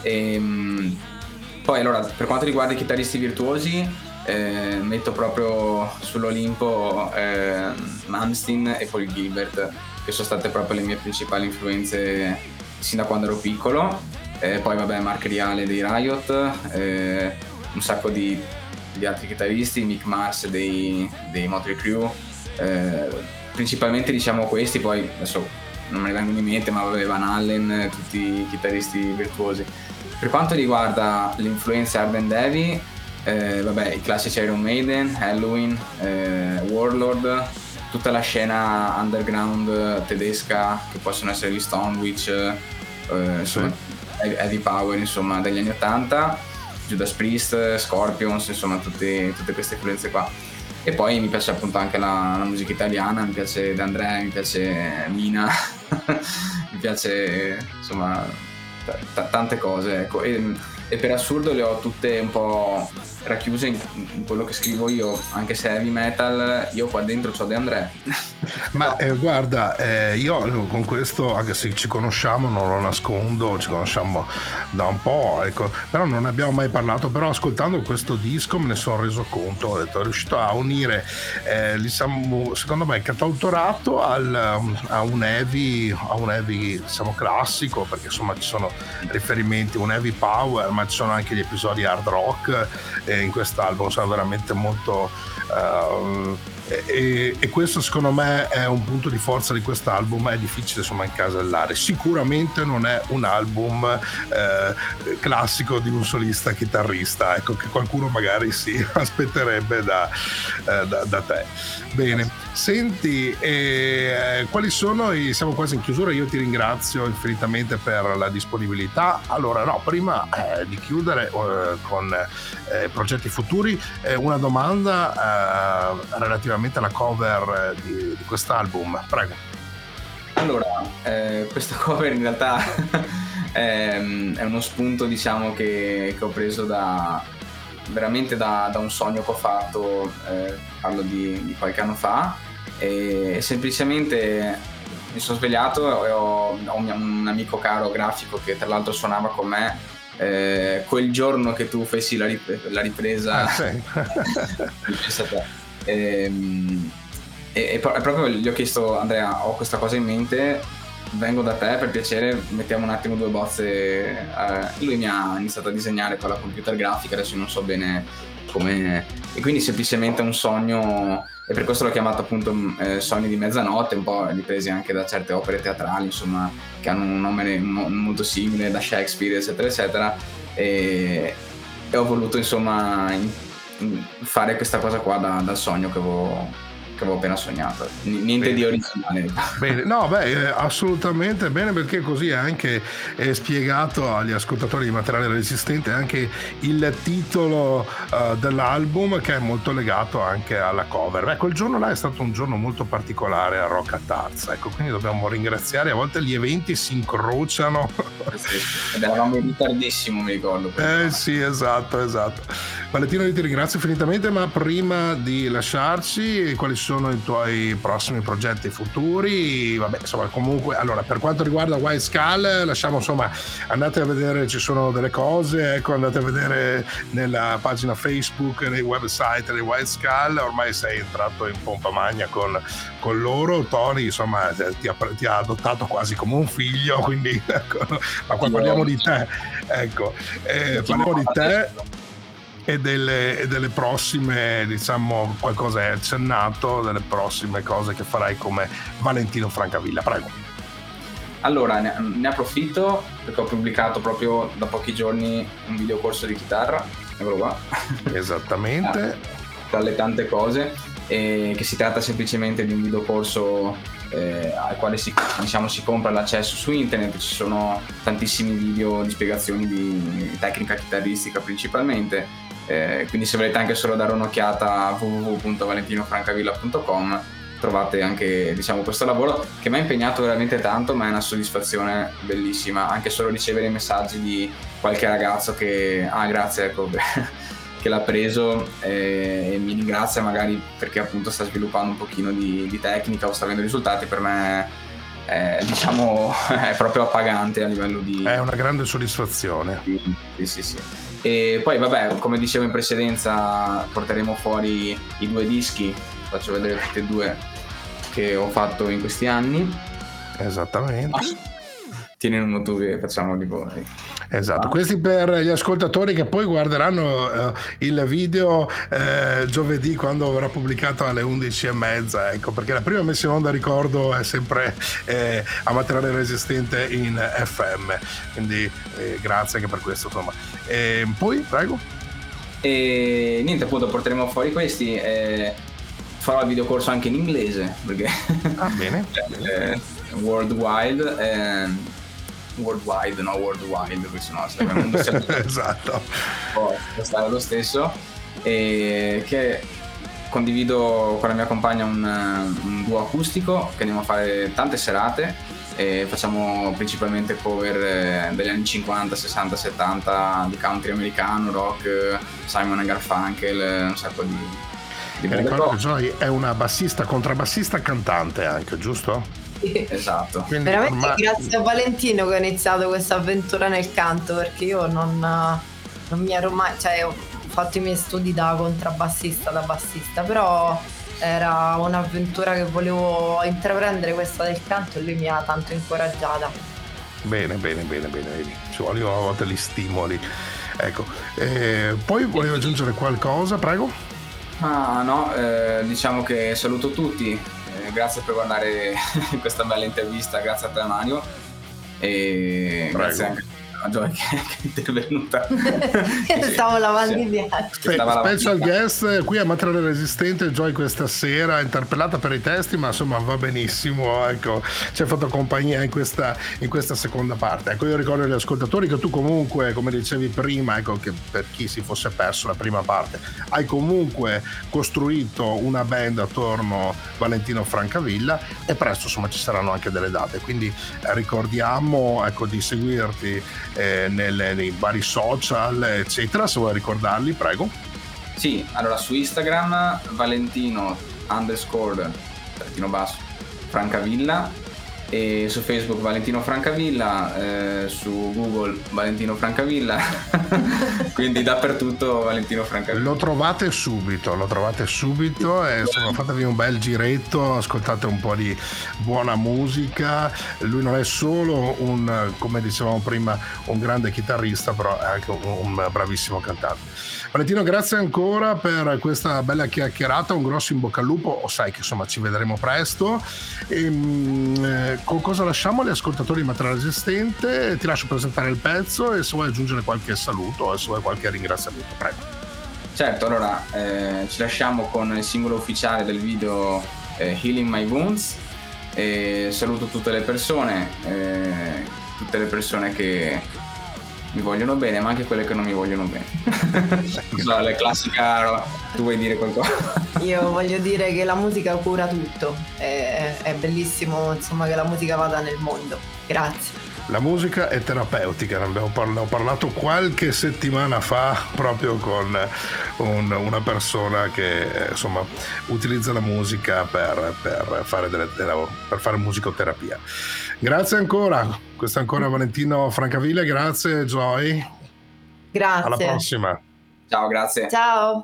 Poi allora, per quanto riguarda i chitarristi virtuosi, metto proprio sull'Olimpo Malmsteen e Paul Gilbert, che sono state proprio le mie principali influenze sin da quando ero piccolo. Poi vabbè, Mark Riale dei Riot, un sacco di altri chitarristi, Mick Mars dei Motley Crue, principalmente diciamo questi, poi adesso non me ne vengono in mente, ma vabbè, Van Halen, tutti i chitarristi virtuosi. Per quanto riguarda le influenze hard and heavy, vabbè, i classici Iron Maiden, Halloween, Warlord, tutta la scena underground tedesca, che possono essere gli Stonewitch, insomma, Heavy Power, insomma, degli anni 80, Judas Priest, Scorpions, insomma tutte queste influenze qua. E poi mi piace appunto anche la musica italiana, mi piace De André, mi piace Mina, mi piace insomma tante cose, ecco. E per assurdo le ho tutte un po' racchiuse in quello che scrivo io, anche se heavy metal, io qua dentro c'ho De André. Ma guarda, io con questo, anche se ci conosciamo, non lo nascondo, ci conosciamo da un po', ecco, però non ne abbiamo mai parlato. Però ascoltando questo disco me ne sono reso conto, ho detto, è riuscito a unire diciamo, secondo me il cantautorato a un heavy diciamo classico, perché insomma ci sono riferimenti, un heavy power, ma ci sono anche gli episodi hard rock in quest'album, sono veramente molto e questo secondo me è un punto di forza di quest'album. È difficile insomma incasellare, sicuramente non è un album classico di un solista chitarrista, ecco, che qualcuno magari si aspetterebbe da te. Bene, senti, quali sono siamo quasi in chiusura, io ti ringrazio infinitamente per la disponibilità. Allora no, prima di chiudere con progetti futuri, una domanda relativamente alla cover di quest'album, prego. Allora, questa cover in realtà è uno spunto, diciamo, che ho preso veramente da un sogno che ho fatto, parlo di qualche anno fa, e semplicemente mi sono svegliato e ho un amico caro grafico che tra l'altro suonava con me quel giorno che tu feci la ripresa. Sì. E proprio gli ho chiesto: Andrea, ho questa cosa in mente, vengo da te, per piacere mettiamo un attimo 2 bozze. Lui mi ha iniziato a disegnare con la computer grafica, adesso non so bene come, e quindi semplicemente un sogno, e per questo l'ho chiamato appunto Sogni di mezzanotte, un po' ripresi anche da certe opere teatrali, insomma, che hanno un nome molto simile, da Shakespeare eccetera eccetera, e ho voluto insomma fare questa cosa qua dal sogno che avevo appena sognato, niente di originale. Bene, no, assolutamente bene, perché così è anche spiegato agli ascoltatori di Materiale Resistente anche il titolo dell'album, che è molto legato anche alla cover. Quel giorno là è stato un giorno molto particolare a Rock at Arts, ecco, quindi dobbiamo ringraziare, a volte gli eventi si incrociano. Ed eravamo in ritardissimo, mi ricordo. Sì, esatto. Valentino, io ti ringrazio infinitamente, ma prima di lasciarci, quali sono i tuoi prossimi progetti futuri? Vabbè, insomma, comunque, allora, per quanto riguarda White Skull, lasciamo, insomma, andate a vedere, ci sono delle cose, ecco, andate a vedere nella pagina Facebook, nei website di White Skull. Ormai sei entrato in pompa magna con loro. Tony, insomma, ti ha adottato quasi come un figlio, quindi ecco, ma qua parliamo di te, ecco, parliamo di te e delle prossime, diciamo, qualcosa è accennato, delle prossime cose che farai come Valentino Francavilla, prego. Allora, ne approfitto perché ho pubblicato proprio da pochi giorni un videocorso di chitarra, eccolo qua. Esattamente. Tra le tante cose, che si tratta semplicemente di un videocorso al quale si compra l'accesso su internet. Ci sono tantissimi video di spiegazioni di tecnica chitarristica principalmente, quindi se volete anche solo dare un'occhiata a www.valentinofrancavilla.com trovate anche, diciamo, questo lavoro che mi ha impegnato veramente tanto, ma è una soddisfazione bellissima anche solo ricevere i messaggi di qualche ragazzo che grazie, ecco, che l'ha preso e mi ringrazia, magari perché appunto sta sviluppando un pochino di tecnica o sta avendo risultati. Per me diciamo è proprio appagante a livello di... È una grande soddisfazione. Sì. E poi vabbè, come dicevo in precedenza, porteremo fuori i 2 dischi, faccio vedere tutti e 2 che ho fatto in questi anni. Esattamente. Tieni uno tu che facciamo di voi. Esatto, questi per gli ascoltatori che poi guarderanno il video giovedì, quando verrà pubblicato alle 11:30, ecco, perché la prima messa in onda, ricordo, è sempre a Materiale Resistente in FM, quindi grazie anche per questo, insomma. Poi, prego. E niente, appunto, porteremo fuori questi, farò il videocorso anche in inglese, perché bene. Worldwide, perché sennò sarebbe esatto. Può stare lo stesso, e che condivido con la mia compagna un duo acustico che andiamo a fare tante serate e facciamo principalmente cover degli anni 50, 60, 70 di country americano, rock, Simon & Garfunkel, un sacco di ricordo che Joy è una bassista, contrabbassista, cantante anche, giusto? Esatto. Quindi veramente grazie a Valentino che ho iniziato questa avventura nel canto, perché io non mi ero mai, cioè ho fatto i miei studi da contrabbassista, da bassista, però era un'avventura che volevo intraprendere, questa del canto, e lui mi ha tanto incoraggiata. Bene, vedi, ci vogliono a volte gli stimoli. Ecco, poi volevo aggiungere qualcosa, prego? No, diciamo che saluto tutti, grazie per guardare questa bella intervista, grazie a te Mario e grazie anche a Joy che è intervenuta. Stavo lavando i piatti. Special guest qui a Materiale Resistente, Joy questa sera, interpellata per i testi, ma insomma va benissimo, ecco, ci hai fatto compagnia in questa seconda parte. Ecco, io ricordo agli ascoltatori che tu comunque, come dicevi prima, ecco, che per chi si fosse perso la prima parte, hai comunque costruito una band attorno a Valentino Francavilla e presto insomma ci saranno anche delle date, quindi ricordiamo, ecco, di seguirti nei vari social eccetera, se vuoi ricordarli, prego. Sì, allora su Instagram Valentino_Francavilla e su Facebook Valentino Francavilla, su Google Valentino Francavilla quindi dappertutto Valentino Francavilla. Lo trovate subito e insomma fatevi un bel giretto, ascoltate un po' di buona musica. Lui non è solo come dicevamo prima, un grande chitarrista, però è anche un bravissimo cantante. Valentino, grazie ancora per questa bella chiacchierata, un grosso in bocca al lupo, sai che insomma ci vedremo presto. Con cosa lasciamo agli ascoltatori di Materiale Resistente? Ti lascio presentare il pezzo e se vuoi aggiungere qualche saluto e se vuoi qualche ringraziamento, prego. Certo, allora ci lasciamo con il singolo ufficiale del video Healing My Wounds e saluto tutte le persone che mi vogliono bene, ma anche quelle che non mi vogliono bene. So, la classica, tu vuoi dire qualcosa? Io voglio dire che la musica cura tutto, è bellissimo insomma che la musica vada nel mondo. Grazie. La musica è terapeutica, ne ho parlato qualche settimana fa proprio con una persona che insomma utilizza la musica per fare musicoterapia. Grazie ancora, questo è ancora Valentino Francavilla, grazie Joy. Grazie. Alla prossima. Ciao, grazie. Ciao.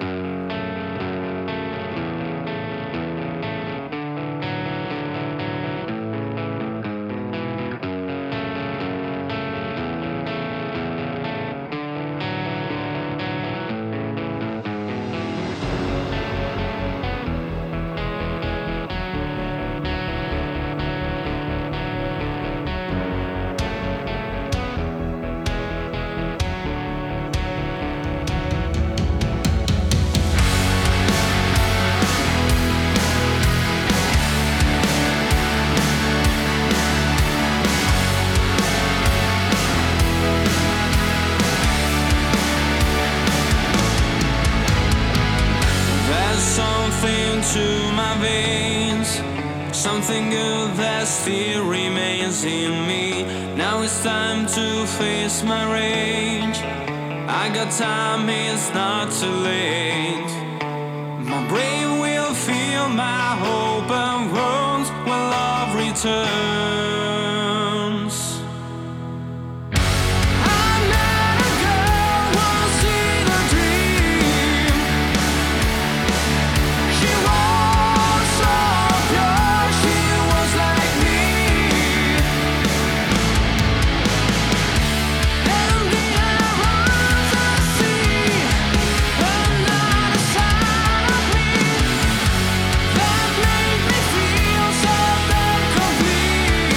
To my veins, something good that still remains in me. Now it's time to face my rage. I got time, it's not too late. My brain will feel my hope and wounds when love returns. Feel so complete.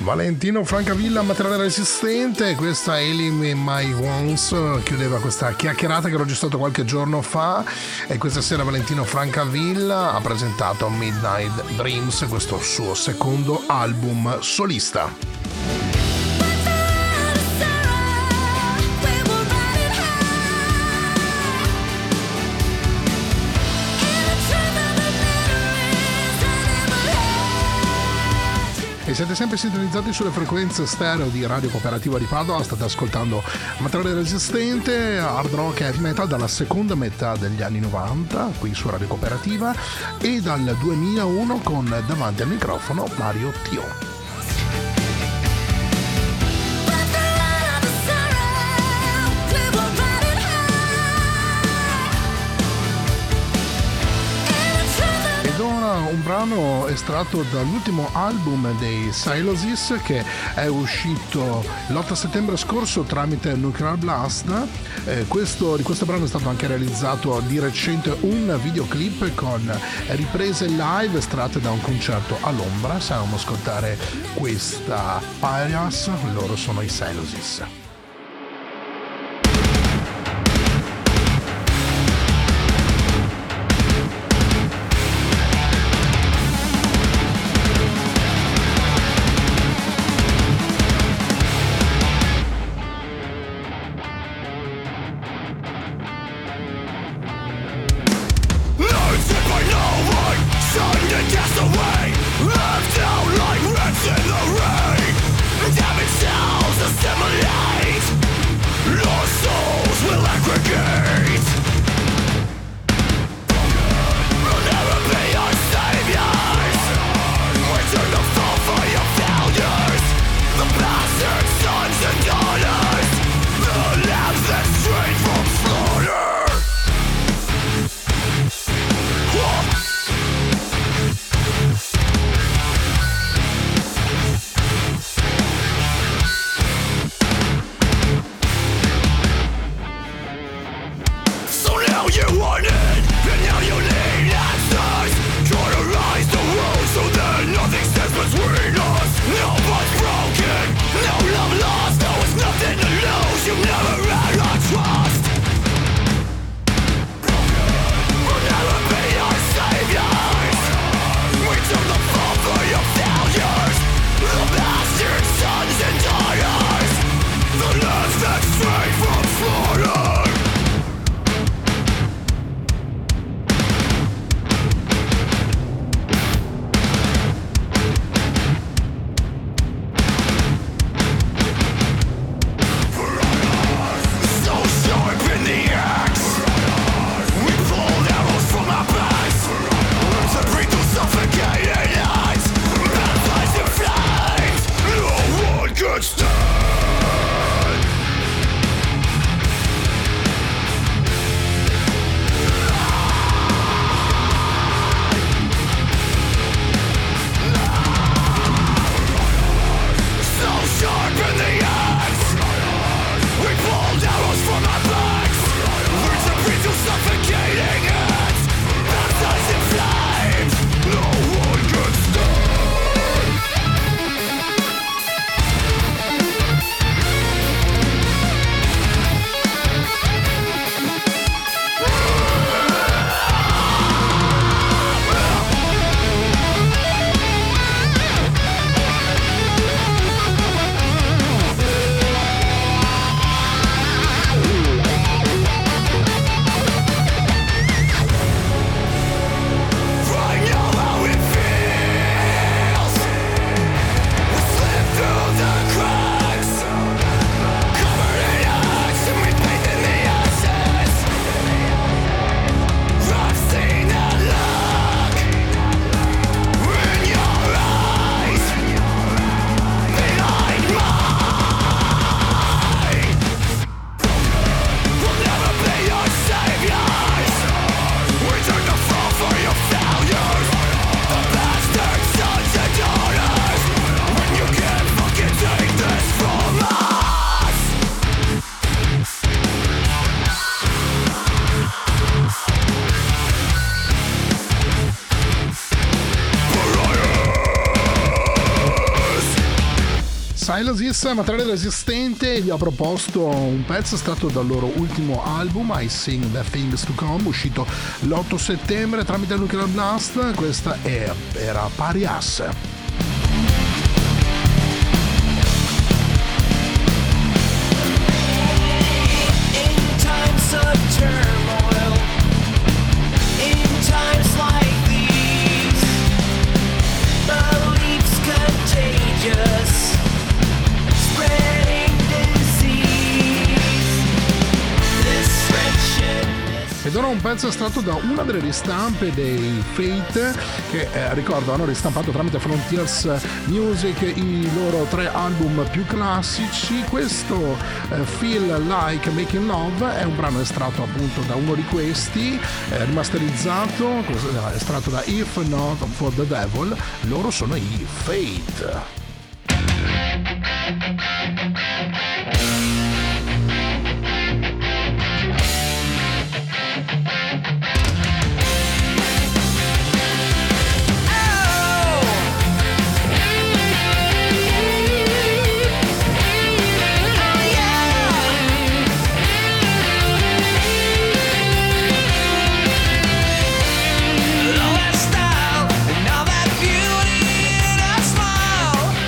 Valentino Francavilla, materiale resistente. Questa Elim in My Ones chiudeva questa chiacchierata che ho registrato qualche giorno fa, e questa sera Valentino Francavilla ha presentato Midnight Dreams, questo suo secondo album solista. E siete sempre sintonizzati sulle frequenze stereo di Radio Cooperativa di Padova. State ascoltando materiale resistente, hard rock e heavy metal dalla seconda metà degli anni 90 qui su Radio Cooperativa, e dal 2001 con davanti al microfono Mario Tio. Un brano estratto dall'ultimo album dei Sylosis, che è uscito l'8 settembre scorso tramite Nuclear Blast. Di questo brano è stato anche realizzato di recente un videoclip con riprese live estratte da un concerto a Londra. Stiamo ascoltare questa Parias, loro sono i Sylosis. Down like rats in the rain. Damn it, cells assimilate. Hylosis, materiale resistente, vi ho proposto un pezzo estratto dal loro ultimo album I Sing the Things to Come, uscito l'8 settembre tramite Nuclear Blast. Questa era Parias. Ed ora un pezzo estratto da una delle ristampe dei Fate che ricordo hanno ristampato tramite Frontiers Music i loro 3 album più classici. Questo Feel Like Making Love è un brano estratto appunto da uno di questi, rimasterizzato, estratto da If Not For The Devil. Loro sono i Fate. All that style and all that beauty in a smile.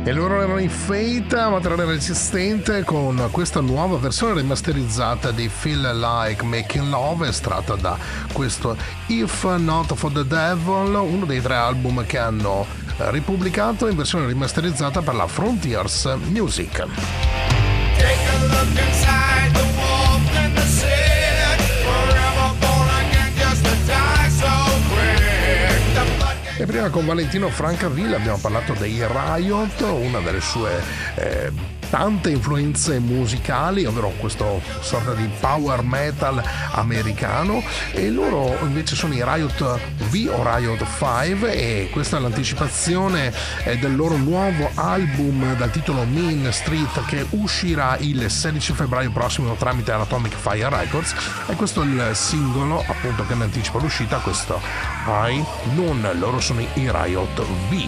E loro erano i Fate, materiale resistente, con questa nuova versione remasterizzata di Feel Like Making Love, estratta da questo If Not For The Devil, uno dei 3 album che hanno ripubblicato in versione rimasterizzata per la Frontiers Music. Take a look inside the wolf and the sick. Forever born again just to die so quick. E prima con Valentino Francavilla abbiamo parlato dei Riot, una delle sue tante influenze musicali, ovvero questo sorta di power metal americano, e loro invece sono i Riot V o Riot 5, e questa è l'anticipazione del loro nuovo album dal titolo Mean Street, che uscirà il 16 febbraio prossimo tramite Atomic Fire Records, e questo è il singolo appunto che ne anticipa l'uscita, questo High Noon. Loro sono i Riot V.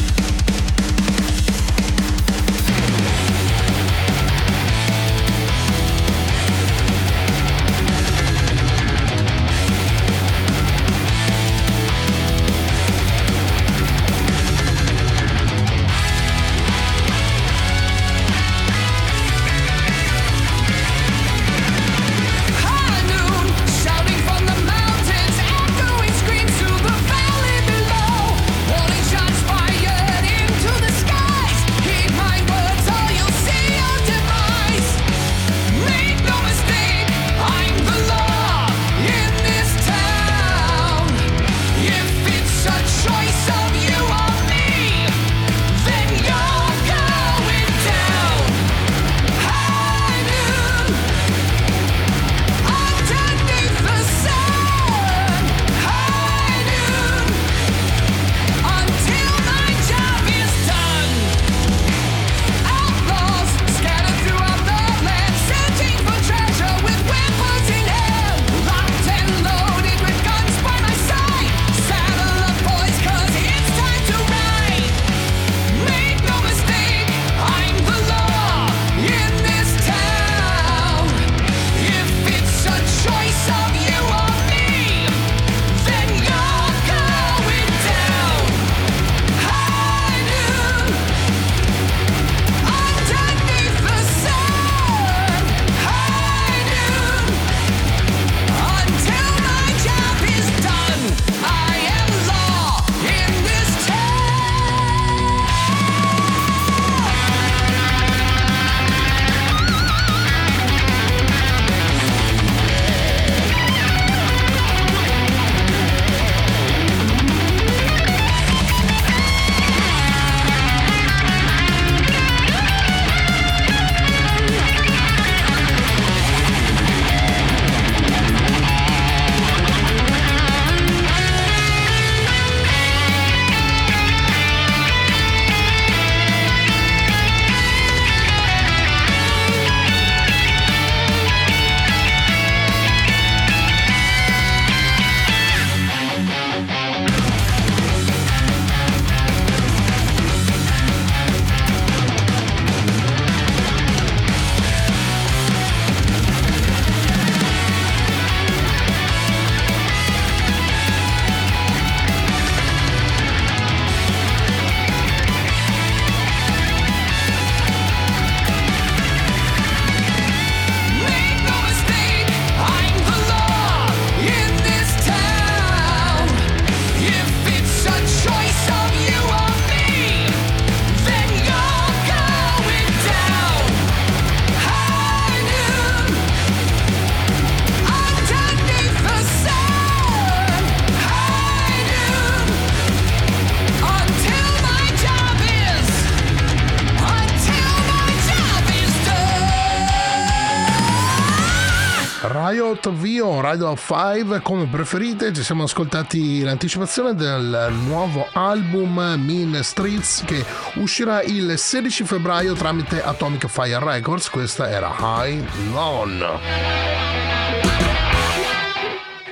Riot V o Riot 5 come preferite. Ci siamo ascoltati l'anticipazione del nuovo album Mean Streets che uscirà il 16 febbraio tramite Atomic Fire Records. Questa era High Noon.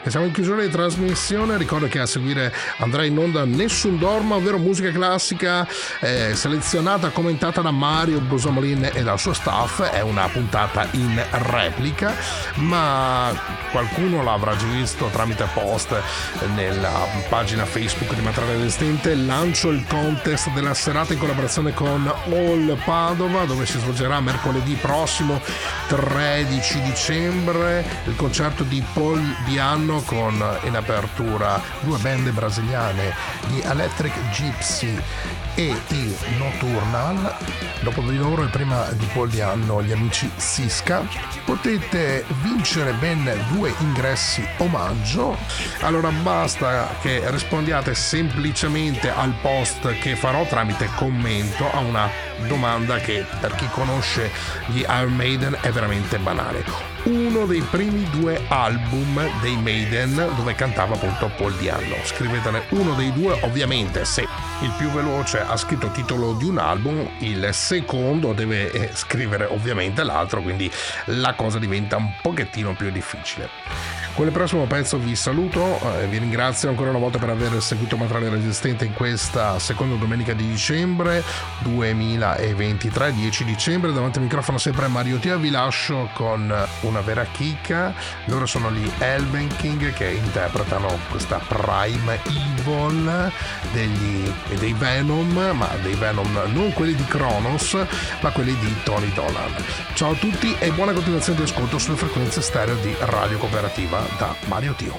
E siamo in chiusura di trasmissione. Ricordo che a seguire andrà in onda Nessun Dorma, ovvero musica classica selezionata, commentata da Mario Bosamolin e dal suo staff. È una puntata in replica, ma qualcuno l'avrà già visto tramite post nella pagina Facebook di Materiale Resistente. Lancio il contest della serata in collaborazione con All Padova, dove si svolgerà mercoledì prossimo 13 dicembre il concerto di Paul Di'Anno con in apertura due band brasiliane, gli Electric Gypsy e i Nocturnal. Dopo di loro e prima di Paul Di'Anno gli amici Siska. Potete vincere ben 2 ingressi omaggio. Allora basta che rispondiate semplicemente al post che farò tramite commento a una domanda che per chi conosce gli Iron Maiden è veramente banale. Uno dei primi 2 album dei Maiden dove cantava appunto Paul Di'Anno. Scrivetene uno dei 2, ovviamente se il più veloce ha scritto il titolo di un album, il secondo deve scrivere ovviamente l'altro, quindi la cosa diventa un pochettino più difficile. Con il prossimo pezzo vi saluto, vi ringrazio ancora una volta per aver seguito Materiale Resistente in questa seconda domenica di dicembre 2023, 10 dicembre. Davanti al microfono sempre Mario Tia, vi lascio con una vera chicca. Loro sono gli Elven King che interpretano questa Prime Evil dei Venom, ma dei Venom non quelli di Kronos, ma quelli di Tony Dolan. Ciao a tutti e buona continuazione di ascolto sulle frequenze stereo di Radio Cooperativa da Mario Tio.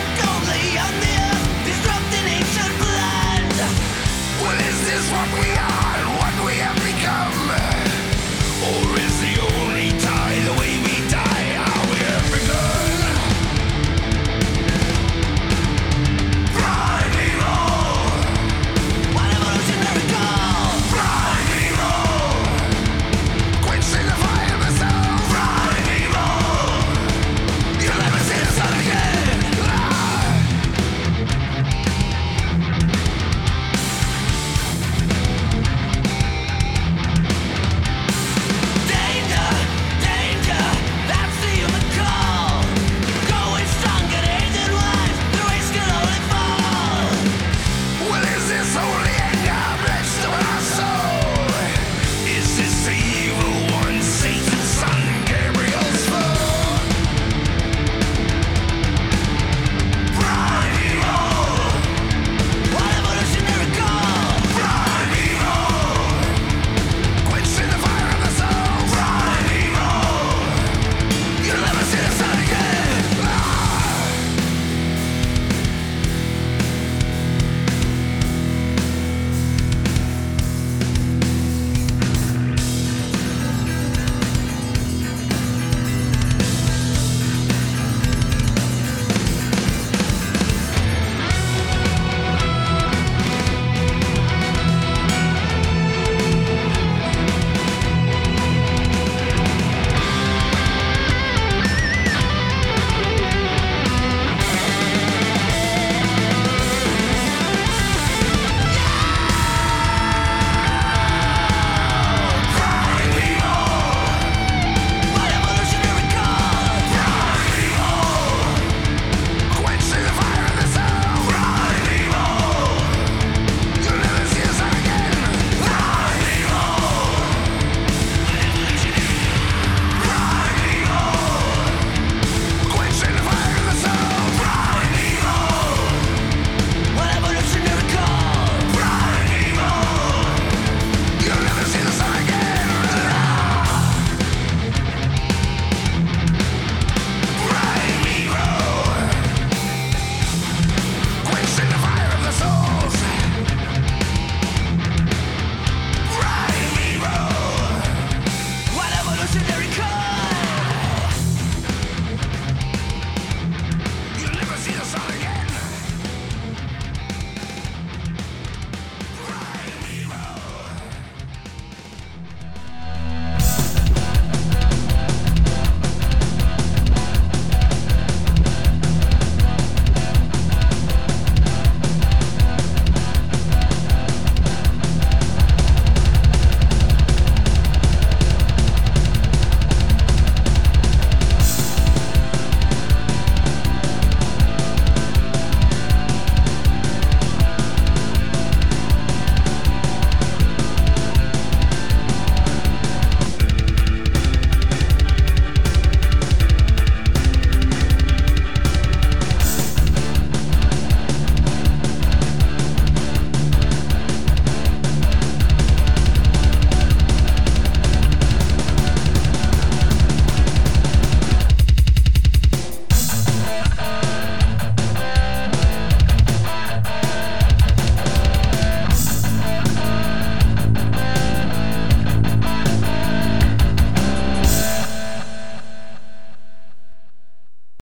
What we are.